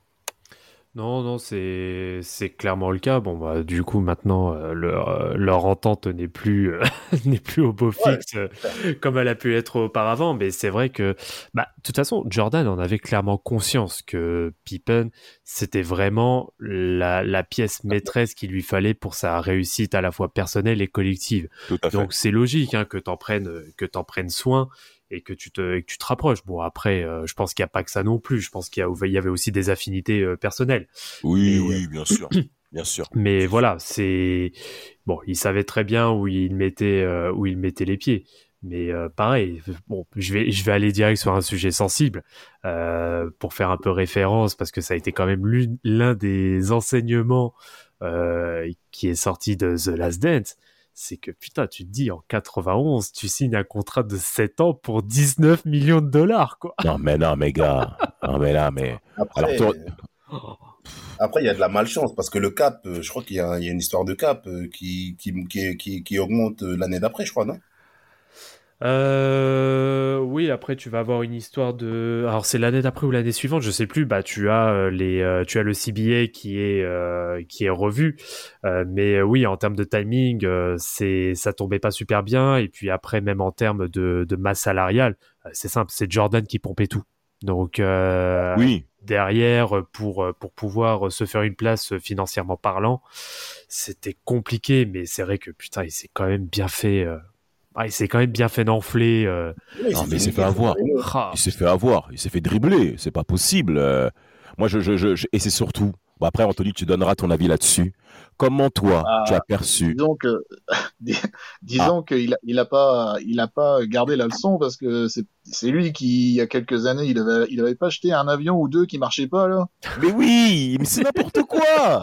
Non, non, c'est c'est clairement le cas. Bon, bah, du coup, maintenant, euh, leur, euh, leur entente n'est plus euh, n'est plus au beau
Ouais,
fixe euh, comme elle a pu être auparavant. Mais c'est vrai que, bah, de toute façon, Jordan en avait clairement conscience que Pippen, c'était vraiment la, la pièce maîtresse qu'il lui fallait pour sa réussite à la fois personnelle et collective.
Tout à fait.
Donc, c'est logique hein, que t'en prennes que t'en prennes soin. Et que tu te, et que tu te rapproches. Bon, après, euh, je pense qu'il n'y a pas que ça non plus. Je pense qu'il y, a, il y avait aussi des affinités euh, personnelles.
Oui,
Et,
oui, bien sûr. Bien sûr.
Mais voilà, c'est bon. Il savait très bien où il mettait, euh, où il mettait les pieds. Mais euh, pareil, bon, je vais, je vais aller direct sur un sujet sensible euh, pour faire un peu référence parce que ça a été quand même l'une- l'un des enseignements euh, qui est sorti de The Last Dance. C'est que putain, tu te dis en quatre-vingt-onze, tu signes un contrat de sept ans pour dix-neuf millions de dollars, quoi.
Non, mais non, mais gars. Non, mais là, mais.
Après,
Alors,
après, il y a de la malchance parce que le cap, euh, je crois qu'il y a, il y a une histoire de cap euh, qui, qui, qui, qui, qui augmente euh, l'année d'après, je crois, non?
Euh, oui, après tu vas avoir une histoire de. Alors c'est l'année d'après ou l'année suivante, je sais plus. Bah tu as euh, les, euh, tu as le C B A qui est euh, qui est revu, Euh, mais euh, oui en termes de timing, euh, c'est ça tombait pas super bien. Et puis après même en termes de de masse salariale, euh, c'est simple, c'est Jordan qui pompait tout. Donc euh,
oui.
derrière pour pour pouvoir se faire une place financièrement parlant, c'était compliqué. Mais c'est vrai que putain il s'est quand même bien fait. Euh, Ah, il s'est quand même bien fait enfler. Euh...
Oui,
Non,
c'est
mais il s'est fait
niquer,
avoir.
c'est pas
ah.
Il s'est fait avoir, il s'est fait dribbler, c'est pas possible. Euh, moi, je, je, je, je- et c'est surtout. Bon, après, Anthony, tu donneras ton avis là-dessus. Comment toi,
Ah,
tu as perçu
Disons que, dis- disons qu'il a, il a pas, il a pas gardé la leçon parce que c'est, c'est lui qui, il y a quelques années, il avait, il avait pas acheté un avion ou deux qui marchaient pas, là.
Mais oui, mais c'est n'importe quoi.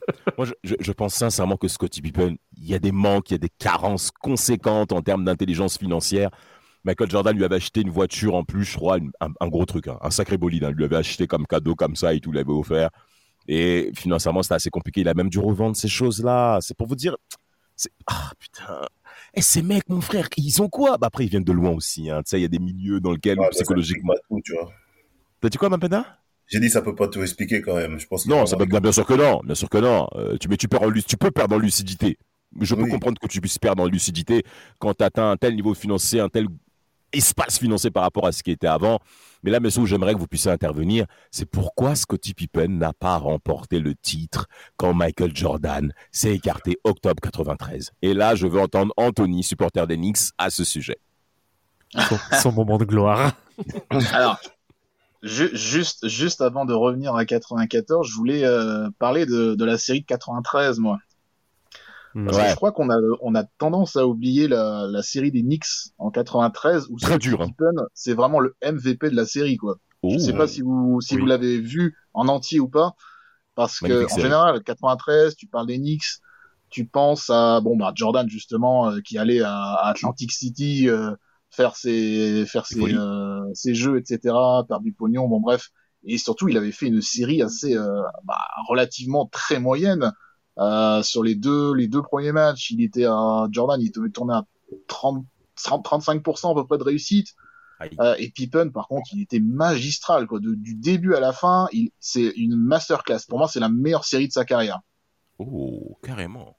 Moi, je, je, je pense sincèrement que Scottie Pippen, il y a des manques, il y a des carences conséquentes en termes d'intelligence financière. Michael Jordan lui avait acheté une voiture en plus, je crois, une- un, un gros truc, hein, un sacré bolide. Hein, il lui avait acheté comme cadeau, comme ça, et tout, il l'avait offert. Et financièrement, c'était assez compliqué. Il a même dû revendre ces choses-là. C'est pour vous dire. C'est... Ah, putain. Et ces mecs, mon frère, ils ont quoi? Bah, après, ils viennent de loin aussi. Hein. Tu sais, il y a des milieux dans lesquels,
Ouais, mais ça
psychologiquement.
explique pas tout, tu vois.
T'as dit quoi, Mapenda?
J'ai dit ça peut pas tout expliquer quand même. Je pense qu'il y a
Non, ça
vraiment
peut,
des-
bien sûr que non. Bien sûr que non. Euh, tu, mais tu, perds en, lu- tu peux perdre en lucidité. Je peux
Oui.
comprendre que tu puisses perdre en lucidité quand tu atteins un tel niveau financier, un tel espace financier par rapport à ce qui était avant. Mais là, monsieur, où j'aimerais que vous puissiez intervenir, c'est pourquoi Scottie Pippen n'a pas remporté le titre quand Michael Jordan s'est écarté octobre quatre-vingt-treize. Et là, je veux entendre Anthony, supporter des Knicks, à ce sujet.
Son, son moment de gloire.
Alors, ju- juste, juste avant de revenir à quatre-vingt-quatorze, je voulais euh, parler de, de la série de quatre-vingt-treize, moi. Parce
Ouais.
que je crois qu'on a, on a tendance à oublier la, la série des Knicks en quatre-vingt-treize, où
Très
Scottie
dur, hein.
Pippen, c'est vraiment le M V P de la série, quoi. Je
Oh.
sais pas si vous, si
Oui.
vous l'avez vu en entier ou pas, parce que
Magnifique
en
série.
général, quatre-vingt-treize, tu parles des Knicks, tu penses à bon bah Jordan justement euh, qui allait à, à Atlantic City euh, faire ses faire ses,
folie.
euh, ses jeux, et cetera, perdre du pognon, bon bref. Et surtout, il avait fait une série assez euh, bah, relativement très moyenne. Euh, sur les deux les deux premiers matchs, il était à Jordan, il devait tourner à trente, trente, trente-cinq pour cent à peu près de réussite.
Aïe.
Euh, et Pippen, par contre, il était magistral, quoi. De, du début à la fin, il, c'est une masterclass. Pour moi, c'est la meilleure série de sa carrière.
Oh, carrément.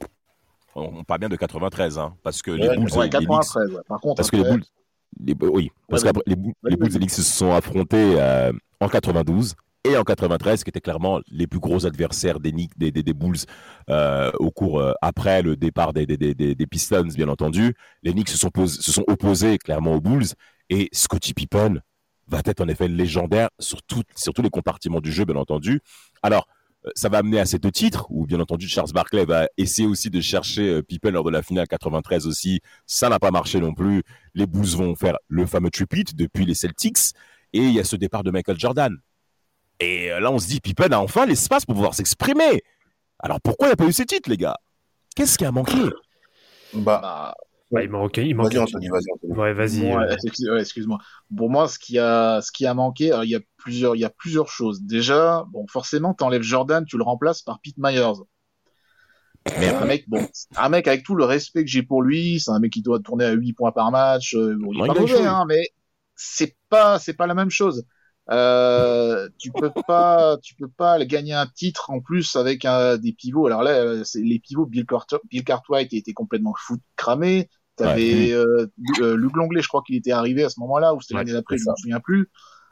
On, on parle bien de quatre-vingt-treize, hein, parce que
Ouais,
les Bulls
Ouais,
et les Knicks,
quatre-vingt-treize. Ouais. Par contre,
parce que
après,
les Bulls, les, oui, parce
Ouais,
qu'après les, Bulls-
vas-y,
les Bulls et
vas-y.
les Knicks se sont affrontés euh, en quatre-vingt-douze et en quatre-vingt-treize, qui étaient clairement les plus gros adversaires des Knicks, des, des, des Bulls euh, au cours euh, après le départ des, des, des, des, des Pistons, bien entendu. Les Knicks se sont, pos- se sont opposés clairement aux Bulls et Scottie Pippen va être en effet légendaire sur, tout, sur tous les compartiments du jeu, bien entendu. Alors, euh, ça va amener à ces deux titres, où bien entendu Charles Barkley va essayer aussi de chercher euh, Pippen lors de la finale quatre-vingt-treize aussi. Ça n'a pas marché non plus. Les Bulls vont faire le fameux tripit depuis les Celtics. Et il y a ce départ de Michael Jordan. Et euh, là, on se dit, Pippen a enfin l'espace pour pouvoir s'exprimer. Alors pourquoi il n'y a pas eu ces titres, les gars? Qu'est-ce qui a manqué?
Bah,
bah,
Bah, il manque, il manque.
vas-y, Anthony, vas-y, Anthony.
Ouais, vas-y.
ouais,
euh,
excuse- ouais, excuse-moi. Pour moi, ce qui a, ce qui a manqué, alors, il y a plusieurs, il y a plusieurs choses. Déjà, bon, forcément, t'enlèves Jordan, tu le remplaces par Pete Myers. Mais un mec, bon, un mec avec tout le respect que j'ai pour lui, c'est un mec qui doit tourner à huit points par match. euh, Bon, il est
Ouais,
pas
il a
mauvais,
joué.
hein, mais c'est pas, c'est pas la même chose. Euh, tu peux pas, tu peux pas gagner un titre en plus avec un, des pivots. Alors là, euh, c'est les pivots. Bill, Carter, Bill Cartwright était complètement fou cramé. T'avais
Ouais.
euh, Lu- euh, Luc Longley, je crois qu'il était arrivé à ce moment-là, ou c'était
Ouais,
l'année d'après,
c'est
je me
ça.
souviens plus.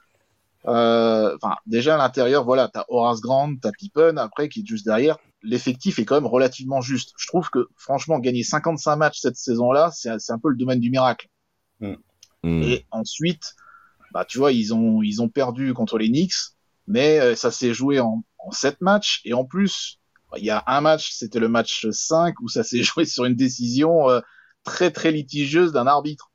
Euh, Enfin, déjà à l'intérieur, voilà, t'as Horace Grant, t'as Pippen, après qui est juste derrière. L'effectif est quand même relativement juste. Je trouve que franchement, gagner cinquante-cinq matchs cette saison-là, c'est c'est un peu le domaine du miracle.
Hmm.
Et ensuite, bah tu vois, ils ont ils ont perdu contre les Knicks, mais euh, ça s'est joué en, en sept matchs et en plus, il y a un match, c'était le match cinq où ça s'est joué sur une décision euh, très très litigieuse d'un arbitre.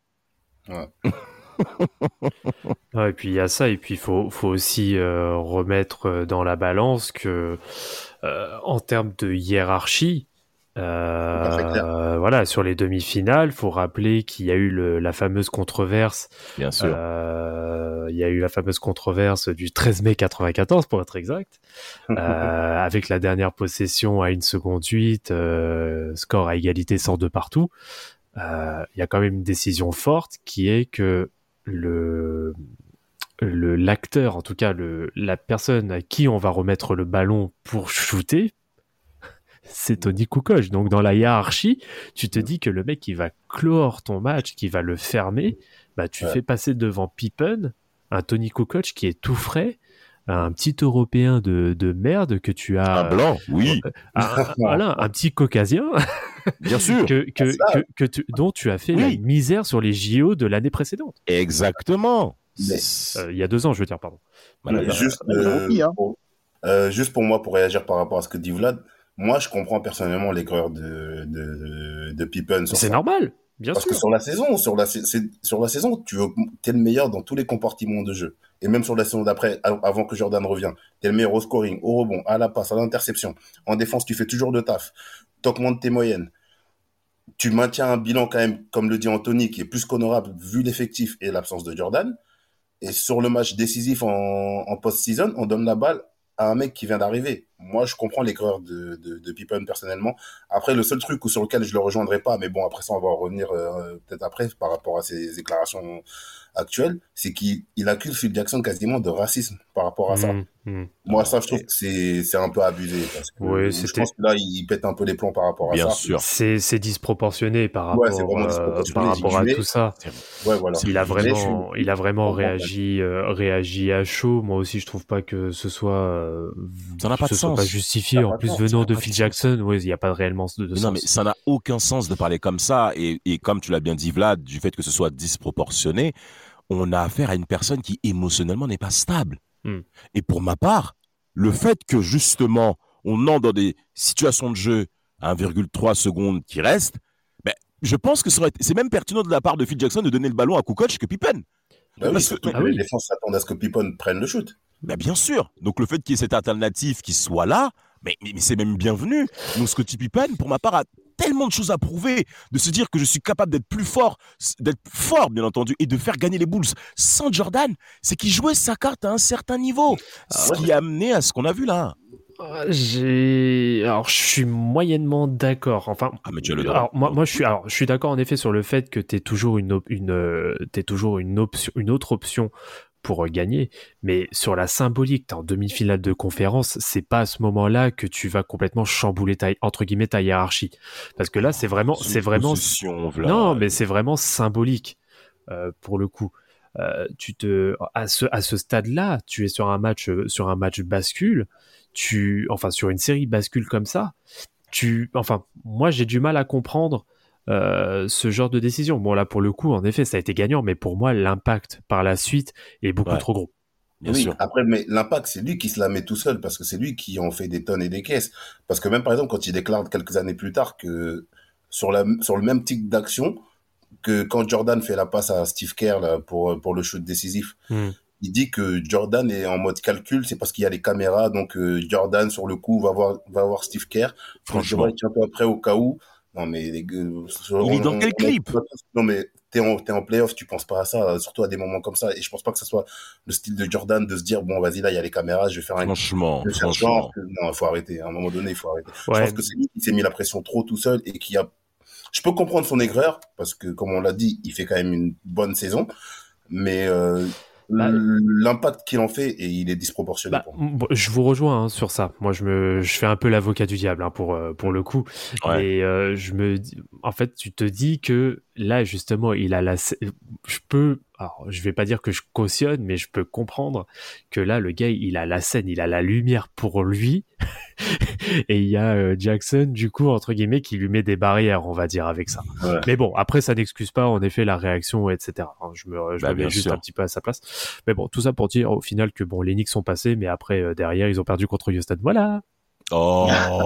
Ouais, et puis il y a ça, et puis il faut, faut aussi euh, remettre euh, dans la balance que, euh, en termes de hiérarchie, euh,
Tout à fait clair.
euh, voilà, sur les demi-finales, faut rappeler qu'il y a eu le, la fameuse controverse,
Bien sûr.
euh, il y a eu la fameuse controverse du treize mai quatre-vingt-quatorze pour être exact, euh, avec la dernière possession à une seconde huit, euh, score à égalité sort de partout. Euh, il y a quand même une décision forte qui est que le le l'acteur, en tout cas le la personne à qui on va remettre le ballon pour shooter, c'est Tony Kukoc. Donc dans la hiérarchie, tu te dis que le mec qui va clore ton match, qui va le fermer, bah tu
Ouais.
fais passer devant Pippen un Tony Kukoc qui est tout frais, un petit Européen de de merde que tu as,
Un blanc, oui,
un- un- voilà, un petit Caucasien
bien sûr.
que, que,
C'est ça.
que, que tu- dont tu as fait
Oui.
la misère sur les J O de l'année précédente.
Exactement.
Mais-
C'est-
Euh, il y a deux ans, je veux dire, pardon.
Voilà,
Mais juste,
bah,
euh,
rempli, hein.
pour, euh, juste pour moi, pour réagir par rapport à ce que dit Vlad, moi, je comprends personnellement l'aigreur de, de, de Pippen.
Mais
sur
c'est
ça.
normal, bien
Parce
sûr.
que sur la saison, sur la, sa- c'est- sur la saison, tu es le meilleur dans tous les compartiments de jeu. et même sur la saison d'après, avant que Jordan revienne, t'es le meilleur au scoring, au rebond, à la passe, à l'interception. En défense, tu fais toujours de taf. T'augmentes tes moyennes. Tu maintiens un bilan quand même, comme le dit Anthony, qui est plus qu'honorable vu l'effectif et l'absence de Jordan. Et sur le match décisif en, en post-season, on donne la balle à un mec qui vient d'arriver. Moi, je comprends l'écreur de, de, de Pippen personnellement. Après, le seul truc sur lequel je le rejoindrai pas, mais bon, après ça, on va en revenir euh, peut-être après par rapport à ses déclarations actuelles, c'est qu'il il accuse Phil Jackson quasiment de racisme par rapport à ça.
Mmh, mmh.
Moi, ça, je trouve que c'est, c'est un peu abusé. Parce que
Oui,
je
c'était...
pense que là, il pète un peu les plombs par rapport à
Bien
ça.
sûr.
C'est, c'est disproportionné par rapport,
Ouais, c'est vraiment
euh,
disproportionné,
par rapport à
mais-
tout ça.
Ouais, voilà.
Il a
Mais je
vraiment,
suis-
il a vraiment
je comprends,
réagi, euh, réagi à chaud. Moi aussi, je trouve pas que ce soit, euh,
Ça n'a pas
ce
de
soit
sens.
pas justifié.
Ça n'a
En
pas de
plus,
sens,
venant
ça n'a
de
pas de
Phil
sens.
Jackson, oui, il n'y a pas réellement de, de
Mais
sens.
non, mais ça n'a aucun sens de parler comme ça. Et, et comme tu l'as bien dit, Vlad, du fait que ce soit disproportionné, on a affaire à une personne qui émotionnellement n'est pas stable.
Hmm.
Et pour ma part, le fait que justement, on entre dans des situations de jeu à un virgule trois secondes qui restent, ben, je pense que ça aurait été- c'est même pertinent de la part de Phil Jackson de donner le ballon à Kukoc que Pippen.
Bah oui,
Parce que-
surtout que
Ah oui.
les défenses s'attendent à ce que Pippen prenne le shoot.
Ben, bien sûr. Donc le fait qu'il y ait cette alternative qui soit là, mais, mais, mais c'est même bienvenu. Donc Scottie Pippen, pour ma part, a tellement de choses à prouver, de se dire que je suis capable d'être plus fort, d'être fort bien entendu, et de faire gagner les Bulls sans Jordan, c'est qu'il jouait sa carte à un certain niveau, ce
ouais.
qui a amené à ce qu'on a vu là.
Euh, J'ai, alors je suis moyennement d'accord. Enfin,
Ah, mais tu as le droit.
alors moi, moi je suis, alors je suis d'accord en effet sur le fait que t'es toujours une, op- une, euh, t'es toujours une option, une autre option pour euh, gagner. Mais sur la symbolique, t'es en demi-finale de conférence, c'est pas à ce moment-là que tu vas complètement chambouler ta, entre guillemets, ta hiérarchie. Parce que là, c'est vraiment, c'est vraiment,
Possession, Vlad.
non, mais c'est vraiment symbolique euh, pour le coup. Euh, tu te, à ce, à ce stade-là, tu es sur un match, euh, sur un match bascule. Tu, enfin, sur une série bascule comme ça, tu, enfin, moi, j'ai du mal à comprendre euh, ce genre de décision. Bon, là, pour le coup, en effet, ça a été gagnant, mais pour moi, l'impact par la suite est beaucoup
Ouais.
trop gros.
Bien
oui,
sûr.
après, mais l'impact, c'est lui qui se la met tout seul parce que c'est lui qui en fait des tonnes et des caisses. Parce que même, par exemple, quand il déclare quelques années plus tard que sur, la, sur le même type d'action, que quand Jordan fait la passe à Steve Kerr là, pour, pour le shoot décisif,
Hmm.
il dit que Jordan est en mode calcul, c'est parce qu'il y a les caméras, donc euh, Jordan, sur le coup, va voir, va voir Steve Kerr.
Franchement.
Je tiens un peu après au cas où. Non, mais les gars,
Il est dans quel clip?
Non, mais t'es en, t'es en playoff, tu penses pas à ça, surtout à des moments comme ça. Et je pense pas que ce soit le style de Jordan de se dire, bon, vas-y, là, il y a les caméras, je vais faire un.
Franchement,
je vais faire
franchement.
genre que- Non, il faut arrêter. À un moment donné, il faut arrêter.
Ouais.
Je pense que c'est lui qui s'est mis la pression trop tout seul et qui a. Je peux comprendre son aigreur, parce que, comme on l'a dit, il fait quand même une bonne saison. Mais euh,
Bah,
l'impact qu'il en fait, et il est disproportionné
Bah,
pour moi.
bon, je vous rejoins hein, sur ça. Moi, je me, je fais un peu l'avocat du diable hein, pour euh, pour le coup.
Ouais.
Mais euh, je me, dis- en fait, tu te dis que là, justement, il a la, je peux, alors, je vais pas dire que je cautionne, mais je peux comprendre que là, le gars, il a la scène, il a la lumière pour lui, et il y a euh, Jackson, du coup, entre guillemets, qui lui met des barrières, on va dire, avec ça.
Ouais.
Mais bon, après, ça n'excuse pas, en effet, la réaction, et cetera. Hein, je me, je
Bah,
me mets
bien
juste
sûr.
un petit peu à sa place. Mais bon, tout ça pour dire au final que bon, les Knicks sont passés, mais après euh, derrière ils ont perdu contre Houston. Voilà.
Oh.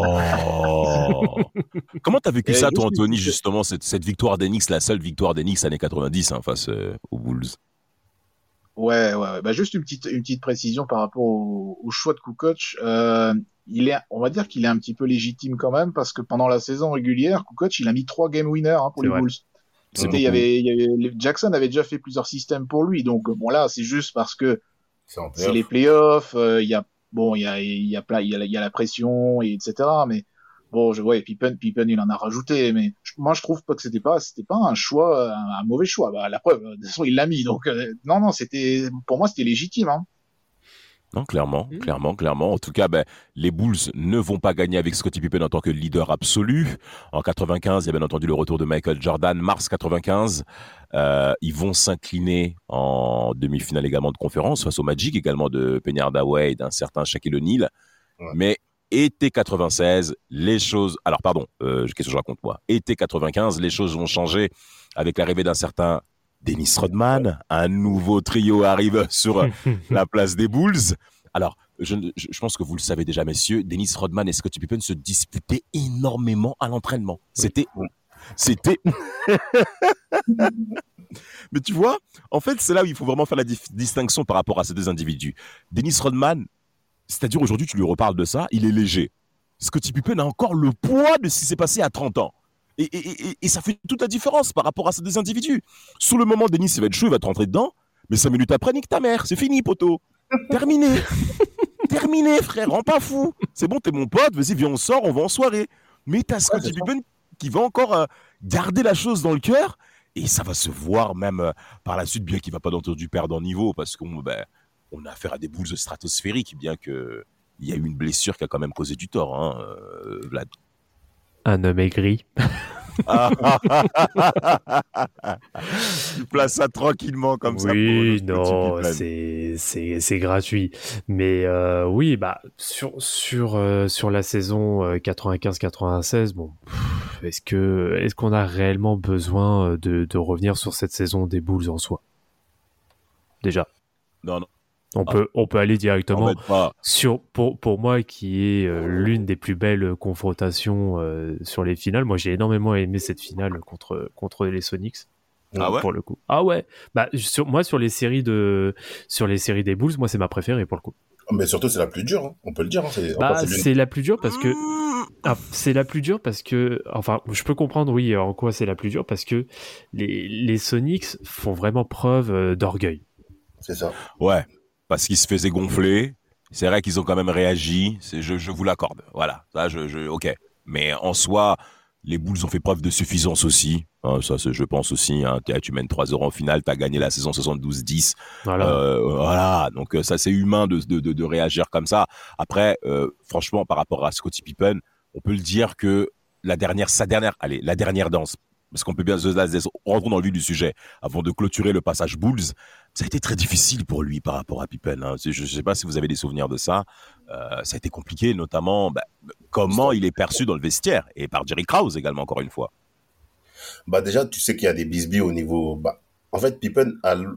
Comment t'as vécu
Et
ça,
juste
toi,
une
Anthony,
petite-
justement, cette, cette victoire des Knicks, la seule victoire des Knicks années quatre-vingt-dix hein, face euh, aux Bulls?
Ouais, ouais, ouais. Bah, juste une petite, une petite précision par rapport au, au choix de Kukoc. Euh, il est, on va dire qu'il est un petit peu légitime quand même parce que pendant la saison régulière, Kukoc, il a mis trois game winners hein, pour
C'est
les
vrai.
Bulls.
C'est
C'était, il y
beaucoup.
avait, il y avait, Jackson avait déjà fait plusieurs systèmes pour lui, donc bon là, c'est juste parce que
C'est en
c'est
playoff.
les playoffs. euh, Il y a, bon, il y a, il y a plein, il y a, la- il y a la pression et etc. Mais bon, je vois, Pippen, Pippen, il en a rajouté, mais je- moi je trouve pas que c'était pas, c'était pas un choix, un, un mauvais choix. Bah, la preuve, de toute façon, il l'a mis, donc euh, non, non, c'était, pour moi, c'était légitime. Hein.
Non, clairement,
Mm.
clairement, clairement. En tout cas, ben, les Bulls ne vont pas gagner avec Scottie Pippen en tant que leader absolu. En quatre-vingt-quinze, il y a bien entendu le retour de Michael Jordan, mars quatre-vingt-quinze. Euh, ils vont s'incliner en demi-finale également de conférence face au Magic, également de Penny Hardaway et d'un certain Shaquille O'Neal.
Ouais.
Mais été quatre-vingt-seize, les choses... Alors, pardon, euh, qu'est-ce que je raconte, moi? Été quatre-vingt-quinze, les choses vont changer avec l'arrivée d'un certain Dennis Rodman. Un nouveau trio arrive sur la place des Bulls. Alors, je, je, je pense que vous le savez déjà, messieurs, Dennis Rodman et Scottie Pippen se disputaient énormément à l'entraînement. C'était... C'était... Mais tu vois, en fait, c'est là où il faut vraiment faire la dif- distinction par rapport à ces deux individus. Dennis Rodman, c'est-à-dire aujourd'hui, tu lui reparles de ça, il est léger. Scottie Pippen a encore le poids de ce qui s'est passé à trente ans. Et, et, et, et ça fait toute la différence par rapport à ces deux individus. Sur le moment, Dennis, il va être chaud, il va te rentrer dedans, mais cinq minutes après, nique ta mère, c'est fini, poteau. Terminé. Terminé, frère, rends pas fou. C'est bon, t'es mon pote, vas-y, viens, on sort, on va en soirée. Mais t'as Scottie
Ouais,
Pippen qui va encore euh, garder la chose dans le cœur, et ça va se voir même euh, par la suite, bien qu'il va pas d'entendu perdre en niveau, parce qu'on ben, on a affaire à des boules stratosphériques, bien que il y a eu une blessure qui a quand même causé du tort, hein, euh, Vlad.
Un homme aigri.
Tu places ça tranquillement comme ça.
Oui,
pour le
non,
petit
c'est, c'est, c'est gratuit. Mais euh, oui, bah, sur, sur, euh, sur la saison euh, quatre-vingt-quinze quatre-vingt-seize, bon, pff, est-ce, que, est-ce qu'on a réellement besoin de, de revenir sur cette saison des Bulls en soi? Déjà.
Non, non.
On,
Ah.
peut, on peut aller directement
Embête pas.
sur, pour, pour moi, qui est euh, l'une des plus belles confrontations euh, sur les finales. Moi, j'ai énormément aimé cette finale contre, contre les Sonics.
Ah ouais
pour le coup. Ah ouais. Bah, sur, moi, sur les séries de, sur les séries des Bulls, moi, c'est ma préférée pour le coup.
Mais surtout, c'est la plus dure, hein. On peut le dire. Hein. C'est,
Bah,
enfin, c'est
c'est la plus dure parce que, ah, c'est la plus dure parce que, enfin, je peux comprendre, oui, en quoi c'est la plus dure parce que les, les Sonics font vraiment preuve euh, d'orgueil.
c'est ça.
Ouais, parce qu'ils se faisaient gonfler. C'est vrai qu'ils ont quand même réagi. C'est, je, je vous l'accorde. Voilà, ça, je, je, ok. Mais en soi, les Bulls ont fait preuve de suffisance aussi. Hein, ça, c'est, je pense aussi. Hein, tu mènes trois zéro en finale, tu as gagné la saison soixante-douze dix.
Voilà.
Euh, voilà. Donc ça, c'est humain de, de, de, de réagir comme ça. Après, euh, franchement, par rapport à Scottie Pippen, on peut le dire que la dernière, sa dernière, allez, la dernière danse. Parce qu'on peut bien, rentrons dans le vif du sujet, avant de clôturer le passage Bulls, ça a été très difficile pour lui par rapport à Pippen. Hein. Je ne sais pas si vous avez des souvenirs de ça. Euh, ça a été compliqué, notamment bah, comment il est perçu dans le vestiaire, et par Jerry Krause également, encore une fois.
Bah déjà, tu sais qu'il y a des bisbis au niveau... Bah, en fait, Pippen a, l-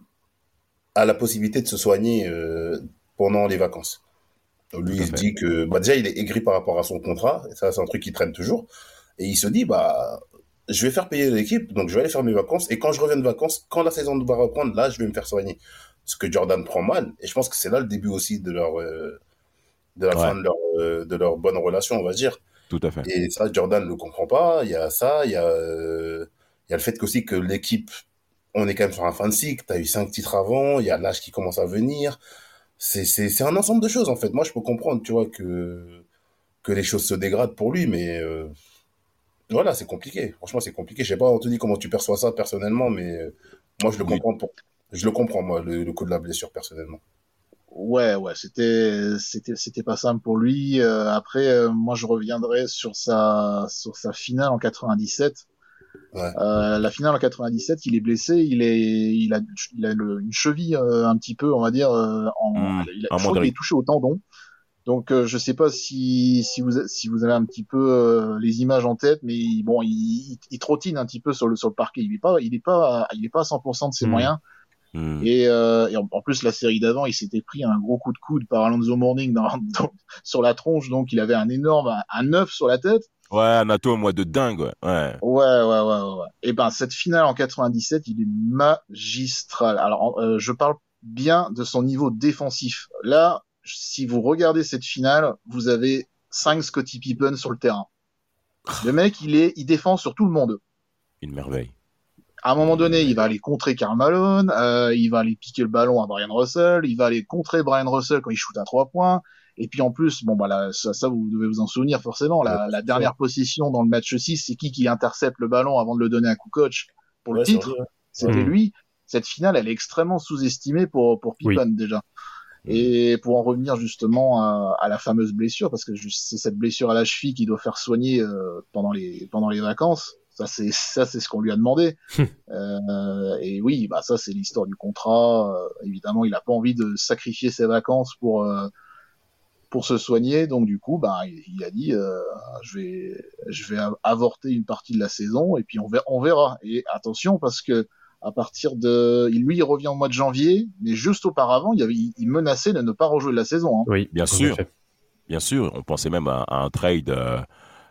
a la possibilité de se soigner euh, pendant les vacances. Lui,
Tout à
il se
fait.
dit que... Bah déjà, il est aigri par rapport à son contrat. Et ça, c'est un truc qui traîne toujours. Et il se dit, bah... je vais faire payer l'équipe, donc je vais aller faire mes vacances. Et quand je reviens de vacances, quand la saison va reprendre, là, je vais me faire soigner. Ce que Jordan prend mal. Et je pense que c'est là le début aussi de leur, euh, de la
Ouais.
fin de leur, euh, de leur bonne relation, on va dire.
Tout à fait.
Et ça, Jordan ne le comprend pas. Il y a ça, il y a, euh, il y a le fait qu'aussi que l'équipe, on est quand même sur un fin de cycle. Tu as eu cinq titres avant, il y a l'âge qui commence à venir. C'est, c'est, c'est un ensemble de choses, en fait. Moi, je peux comprendre, tu vois, que, que les choses se dégradent pour lui, mais euh, voilà, c'est compliqué. Franchement, c'est compliqué. Je sais pas, Anthony, comment tu perçois ça personnellement, mais euh, moi, je le
Oui.
comprends. Pour... Je le comprends, moi, le, le coup de la blessure, personnellement.
Ouais, ouais, c'était, c'était, c'était pas simple pour lui. Euh, après, euh, moi, je reviendrai sur sa, sur sa finale en quatre-vingt-dix-sept.
Ouais.
Euh, la finale en quatre-vingt-dix-sept, il est blessé, il est, il a, il a le- une cheville euh, un petit peu, on va dire, euh, en,
Mmh,
il a,
un
je crois
moindre-
qu'il est touché au tendon. Donc, euh, je sais pas si, si vous, si vous avez un petit peu euh, les images en tête, mais il- bon, il, il, il trottine un petit peu sur le, sur le parquet. Il est pas, il est pas, il est pas à cent pour cent de ses
Mmh.
moyens.
Mmh.
Et, euh, et en, en plus, la série d'avant, il s'était pris un gros coup de coude par Alonzo Mourning dans, dans- sur la tronche, donc il avait un énorme, un, un œuf sur la tête.
Ouais, un atome, moi, de dingue. Ouais. ouais.
Ouais, ouais, ouais, ouais, ouais. Et ben, cette finale en quatre-vingt-dix-sept, il est magistral. Alors, euh, je parle bien de son niveau défensif. Là, si vous regardez cette finale, vous avez cinq Scottie Pippen sur le terrain. Le mec, il est, il défend sur tout le monde.
Une merveille.
À un moment donné, il va aller contrer Karl Malone, euh, il va aller piquer le ballon à Brian Russell, il va aller contrer Brian Russell quand il shoot à trois points. Et puis en plus, bon bah là, ça, ça vous devez vous en souvenir forcément. La,
Ouais,
la
c'est
dernière
ça.
position dans le match six, c'est qui qui intercepte le ballon avant de le donner à Kukoc pour le
Ouais, c'est
titre.
vrai, ouais.
C'était
Ouais.
lui. Cette finale, elle est extrêmement sous-estimée pour pour Pippen déjà. Et pour en revenir justement à, à la fameuse blessure, parce que je- c'est cette blessure à la cheville qui doit faire soigner euh, pendant les pendant les vacances. Ça c'est ça c'est ce qu'on lui a demandé. euh, et oui, bah ça c'est l'histoire du contrat. Euh, évidemment, il a pas envie de sacrifier ses vacances pour euh, pour se soigner. Donc du coup, bah il, il a dit euh, je vais je vais avorter une partie de la saison et puis on verra, on verra. Et attention parce que à partir de lui il revient au mois de janvier, mais juste auparavant, il y avait il, il menaçait de ne pas rejouer la saison. Hein.
Oui,
Bien
en
sûr.
effet.
Bien sûr, on pensait même à, à un trade euh,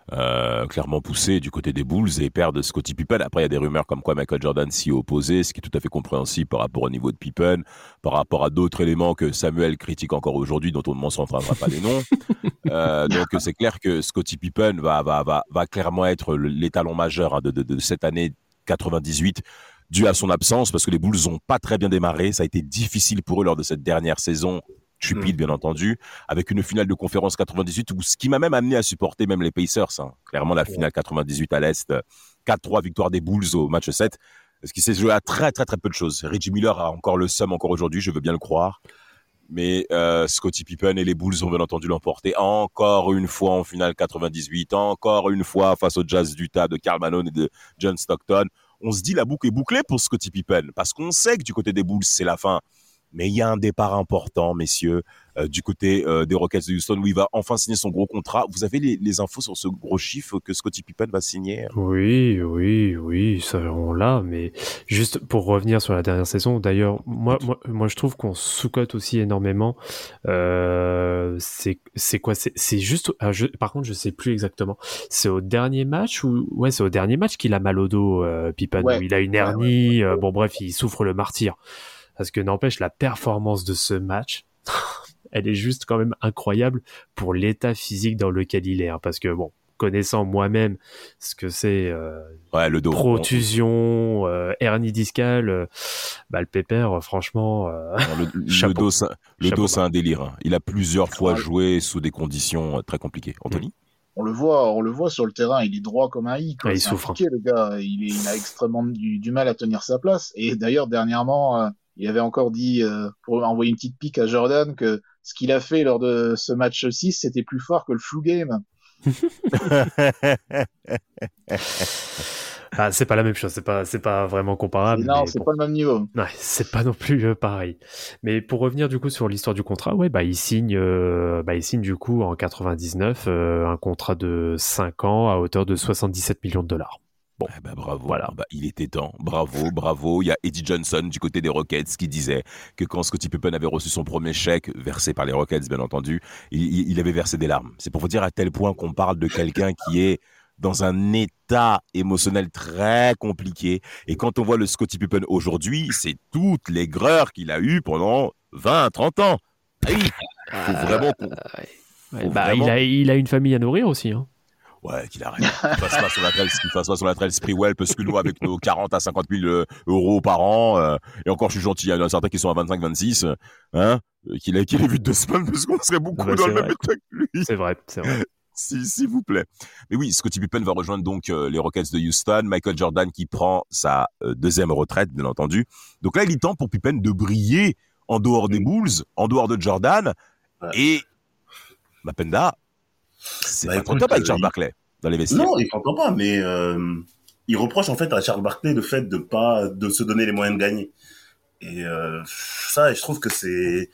euh, clairement poussé du côté des Bulls et père de Scottie Pippen. Après, il y a des rumeurs comme quoi Michael Jordan s'y opposait, ce qui est tout à fait compréhensible par rapport au niveau de Pippen, par rapport à d'autres éléments que Samuel critique encore aujourd'hui, dont on ne mentionnera pas les noms. Euh, donc, c'est clair que Scottie Pippen va, va, va, va clairement être l'étalon majeur hein, de, de, de cette année quatre-vingt-dix-huit, dû à son absence, parce que les Bulls n'ont pas très bien démarré. Ça a été difficile pour eux lors de cette dernière saison, stupide, bien entendu, avec une finale de conférence quatre-vingt-dix-huit, où, ce qui m'a même amené à supporter même les Pacers. Hein. Clairement, la finale quatre-vingt-dix-huit à l'Est, quatre trois, victoire des Bulls au match sept, ce qui s'est joué à très, très, très peu de choses. Reggie Miller a encore le seum encore aujourd'hui, je veux bien le croire. Mais euh, Scottie Pippen et les Bulls ont bien entendu l'emporter encore une fois en finale quatre-vingt-dix-huit, encore une fois face au Jazz d'Utah de Karl Malone et de John Stockton. On se dit la boucle est bouclée pour Scottie Pippen, parce qu'on sait que du côté des Bulls, c'est la fin. Mais il y a un départ important, messieurs, euh, du côté euh, des Rockets de Houston, où il va enfin signer son gros contrat. Vous avez les, les infos sur ce gros chiffre que Scottie Pippen va signer?
Oui, oui, oui, ça on l'a, mais juste pour revenir sur la dernière saison, d'ailleurs, moi, moi, moi je trouve qu'on sous-cote aussi énormément. Euh, c'est, c'est quoi? C'est, c'est juste. Alors je, par contre, je sais plus exactement. C'est au dernier match ou ouais, c'est au dernier match qu'il a mal au dos, euh, Pippen,
Ouais.
où il a une hernie. Euh, bon, bref, il souffre le martyre. Parce que n'empêche, la performance de ce match, elle est juste quand même incroyable pour l'état physique dans lequel il est. Hein, parce que bon, connaissant moi-même ce que c'est euh,
ouais, le dos,
protusion, euh, hernie discale, euh, bah, le pépère, franchement... Euh,
non, le, le dos, c'est, le dos, c'est un délire. Hein. Il a plusieurs fois ouais. joué sous des conditions très compliquées. Anthony?
On le voit, on le voit sur le terrain, il est droit comme un i. Quoi.
Ouais, il
c'est
souffre.
Impliqué, le gars. Il, est, il a extrêmement du, du mal à tenir sa place. Et d'ailleurs, dernièrement... Euh, il avait encore dit, euh, pour envoyer une petite pique à Jordan, que ce qu'il a fait lors de ce match six, c'était plus fort que le flu game.
Ah, c'est pas la même chose, c'est pas, c'est pas vraiment comparable.
Non,
mais
c'est
bon.
pas le même niveau.
Ouais, c'est pas non plus euh, pareil. Mais pour revenir du coup sur l'histoire du contrat, ouais, bah il signe, euh, bah il signe du coup en quatre-vingt-dix-neuf euh, un contrat de cinq ans à hauteur de soixante-dix-sept millions de dollars. Bon,
eh ben bravo, voilà. Bah, il était temps, bravo, bravo. Il y a Eddie Johnson du côté des Rockets qui disait que quand Scottie Pippen avait reçu son premier chèque, versé par les Rockets bien entendu, il, il avait versé des larmes. C'est pour vous dire à tel point qu'on parle de quelqu'un qui est dans un état émotionnel très compliqué. Et quand on voit le Scottie Pippen aujourd'hui, c'est toute l'aigreur qu'il a eue pendant vingt, trente ans. Oui, faut vraiment qu'on...
Ouais, faut bah, vraiment... il, a, il a une famille à nourrir aussi, hein.
Ouais, qu'il arrête. Qu'il fasse pas sur la trail, qu'il fasse pas sur la trail Sprewell, parce que nous, avec nos quarante à cinquante mille euros par an, euh, et encore, je suis gentil, il y en a certains qui sont à vingt-cinq, vingt-six, hein, qu'il ait, qu'il ait vu deux semaines, parce qu'on serait beaucoup bah, dans le vrai. Même état que lui.
C'est vrai, c'est vrai.
Si, s'il vous plaît. Mais oui, Scottie Pippen va rejoindre donc euh, les Rockets de Houston, Michael Jordan qui prend sa euh, deuxième retraite, bien entendu. Donc là, il est temps pour Pippen de briller en dehors des Bulls, en dehors de Jordan, ouais. Et Mapenda, c'est bah, pas trop top avec Charles il... Barkley dans les vestiaires.
Non, il s'entend pas, mais euh, il reproche en fait à Charles Barkley le fait de pas de se donner les moyens de gagner. Et euh, ça, je trouve que c'est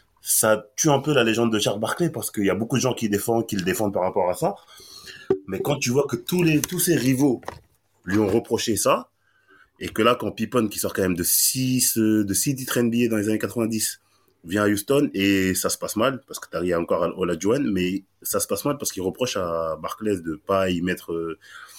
ça tue un peu la légende de Charles Barkley parce qu'il y a beaucoup de gens qui défendent, qui le défendent par rapport à ça. Mais quand tu vois que tous les tous ses rivaux lui ont reproché ça, et que là, quand Pippen qui sort quand même de six de six titres N B A dans les années quatre-vingt-dix vient à Houston et ça se passe mal parce que t'arrives encore à Olajuwon, mais ça se passe mal parce qu'il reproche à Barkley de pas y mettre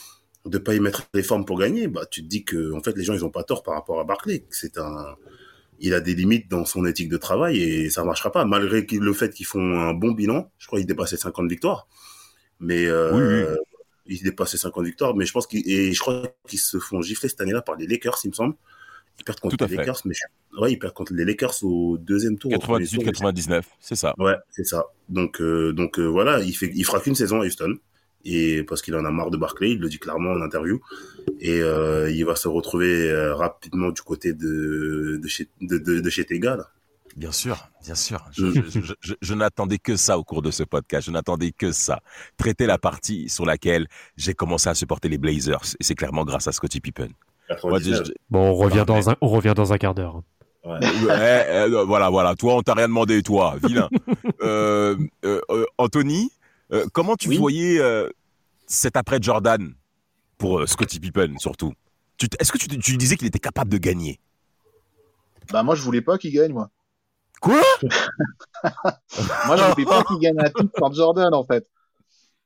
de pas y mettre des formes pour gagner. Bah tu te dis que en fait les gens ils ont pas tort par rapport à Barkley. C'est un il a des limites dans son éthique de travail et ça marchera pas malgré le fait qu'ils font un bon bilan. Je crois qu'ils dépassaient cinquante victoires, mais euh, oui, oui. Ils dépassaient cinquante victoires, mais je pense qu'ils et je crois qu'ils se font gifler cette année-là par les Lakers, il me semble. Ils perdent contre les Lakers, mais je... ouais, ils perdent contre les Lakers au deuxième tour.
quatre-vingt-dix-huit quatre-vingt-dix-neuf, c'est ça.
Ouais, c'est ça. Donc, euh, donc euh, voilà, il fait, il fera qu'une saison à Houston, et parce qu'il en a marre de Barkley, il le dit clairement en interview, et euh, il va se retrouver euh, rapidement du côté de de chez de de, de chez Tega là.
Bien sûr, bien sûr. Je, je, je, je, je n'attendais que ça au cours de ce podcast. Je n'attendais que ça. Traiter la partie sur laquelle j'ai commencé à supporter les Blazers, et c'est clairement grâce à Scottie Pippen.
Moi, je...
Bon, on revient dans un, on revient dans un quart d'heure.
Ouais. eh, eh, voilà, voilà. Toi, on t'a rien demandé, toi, vilain. euh, euh, euh, Anthony, euh, comment tu oui. voyais euh, cet après Jordan pour euh, Scottie Pippen surtout? tu Est-ce que tu, tu disais qu'il était capable de gagner?
Bah moi, je voulais pas qu'il gagne, moi.
Quoi?
Moi, je voulais pas qu'il gagne un titre sans Jordan, en fait.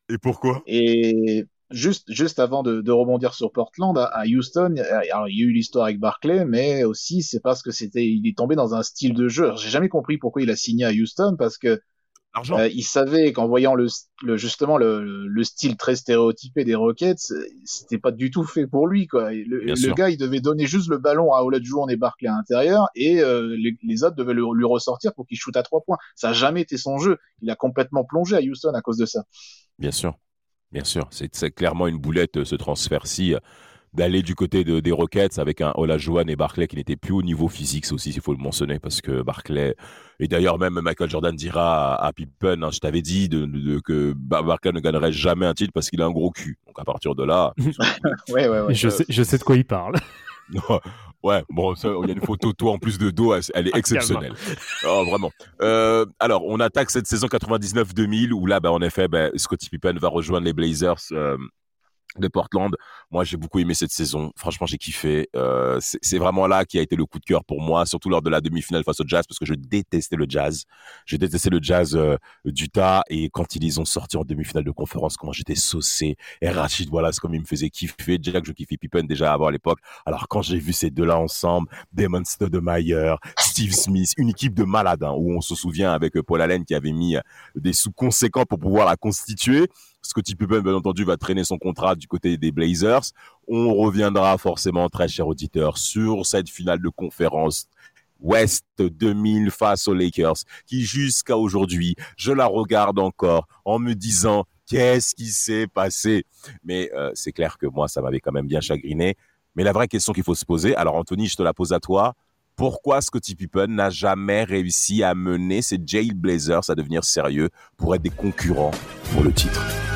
Et pourquoi?
Et juste, juste avant de, de rebondir sur Portland, à, à Houston, alors, il y a eu l'histoire avec Barkley, mais aussi c'est parce que c'était, il est tombé dans un style de jeu. Alors, j'ai jamais compris pourquoi il a signé à Houston, parce que
L'argent.
euh, il savait qu'en voyant le, le justement le, le style très stéréotypé des Rockets, c'était pas du tout fait pour lui, quoi. Et Le,
Bien
le
sûr.
gars, il devait donner juste le ballon à Olajuwon et Barkley à l'intérieur, et euh, les, les autres devaient le, lui ressortir pour qu'il shoot à trois points. Ça a jamais été son jeu. Il a complètement plongé à Houston à cause de ça.
Bien sûr. Bien sûr. C'est, c'est clairement une boulette, euh, ce transfert-ci. euh, D'aller du côté de, des Rockets avec un Olajuwon et Barkley qui n'étaient plus au niveau physique, ça aussi, il faut le mentionner, parce que Barkley, et d'ailleurs même Michael Jordan dira à, à Pippen, hein, je t'avais dit de, de, de- que Ba- Barkley ne gagnerait jamais un titre parce qu'il a un gros cul. Donc à partir de là,
Ouais, ouais, ouais.
je, sais, je sais de quoi il parle.
ouais, bon, ça, il y a une photo de toi en plus de dos, elle, elle est
Ah,
exceptionnelle. Oh, vraiment. Euh, alors, on attaque cette saison quatre-vingt-dix-neuf deux mille où là, bah, en effet, bah, Scottie Pippen va rejoindre les Blazers. euh, de Portland. Moi, j'ai beaucoup aimé cette saison. Franchement, j'ai kiffé. Euh, c'est, c'est vraiment là qui a été le coup de cœur pour moi, surtout lors de la demi-finale face au Jazz, parce que je détestais le Jazz. Je détestais le Jazz euh, d'Utah, et quand ils les ont sortis en demi-finale de conférence, comment j'étais saucé. Et Rachid Wallace, comme il me faisait kiffer. Déjà que je kiffais Pippen déjà avant à l'époque. Alors, quand j'ai vu ces deux-là ensemble, Damon Stoudemire, Steve Smith, une équipe de malades, hein, où on se souvient avec euh, Paul Allen qui avait mis euh, des sous conséquents pour pouvoir la constituer. Scottie Pippen, bien entendu, va traîner son contrat du côté des Blazers. On reviendra forcément, très cher auditeur, sur cette finale de conférence Ouest deux mille face aux Lakers, qui jusqu'à aujourd'hui, je la regarde encore en me disant qu'est-ce qui s'est passé. Mais euh, c'est clair que moi, ça m'avait quand même bien chagriné. Mais la vraie question qu'il faut se poser, alors Anthony, je te la pose à toi. Pourquoi Scottie Pippen n'a jamais réussi à mener ces Jail Blazers à devenir sérieux pour être des concurrents pour le titre?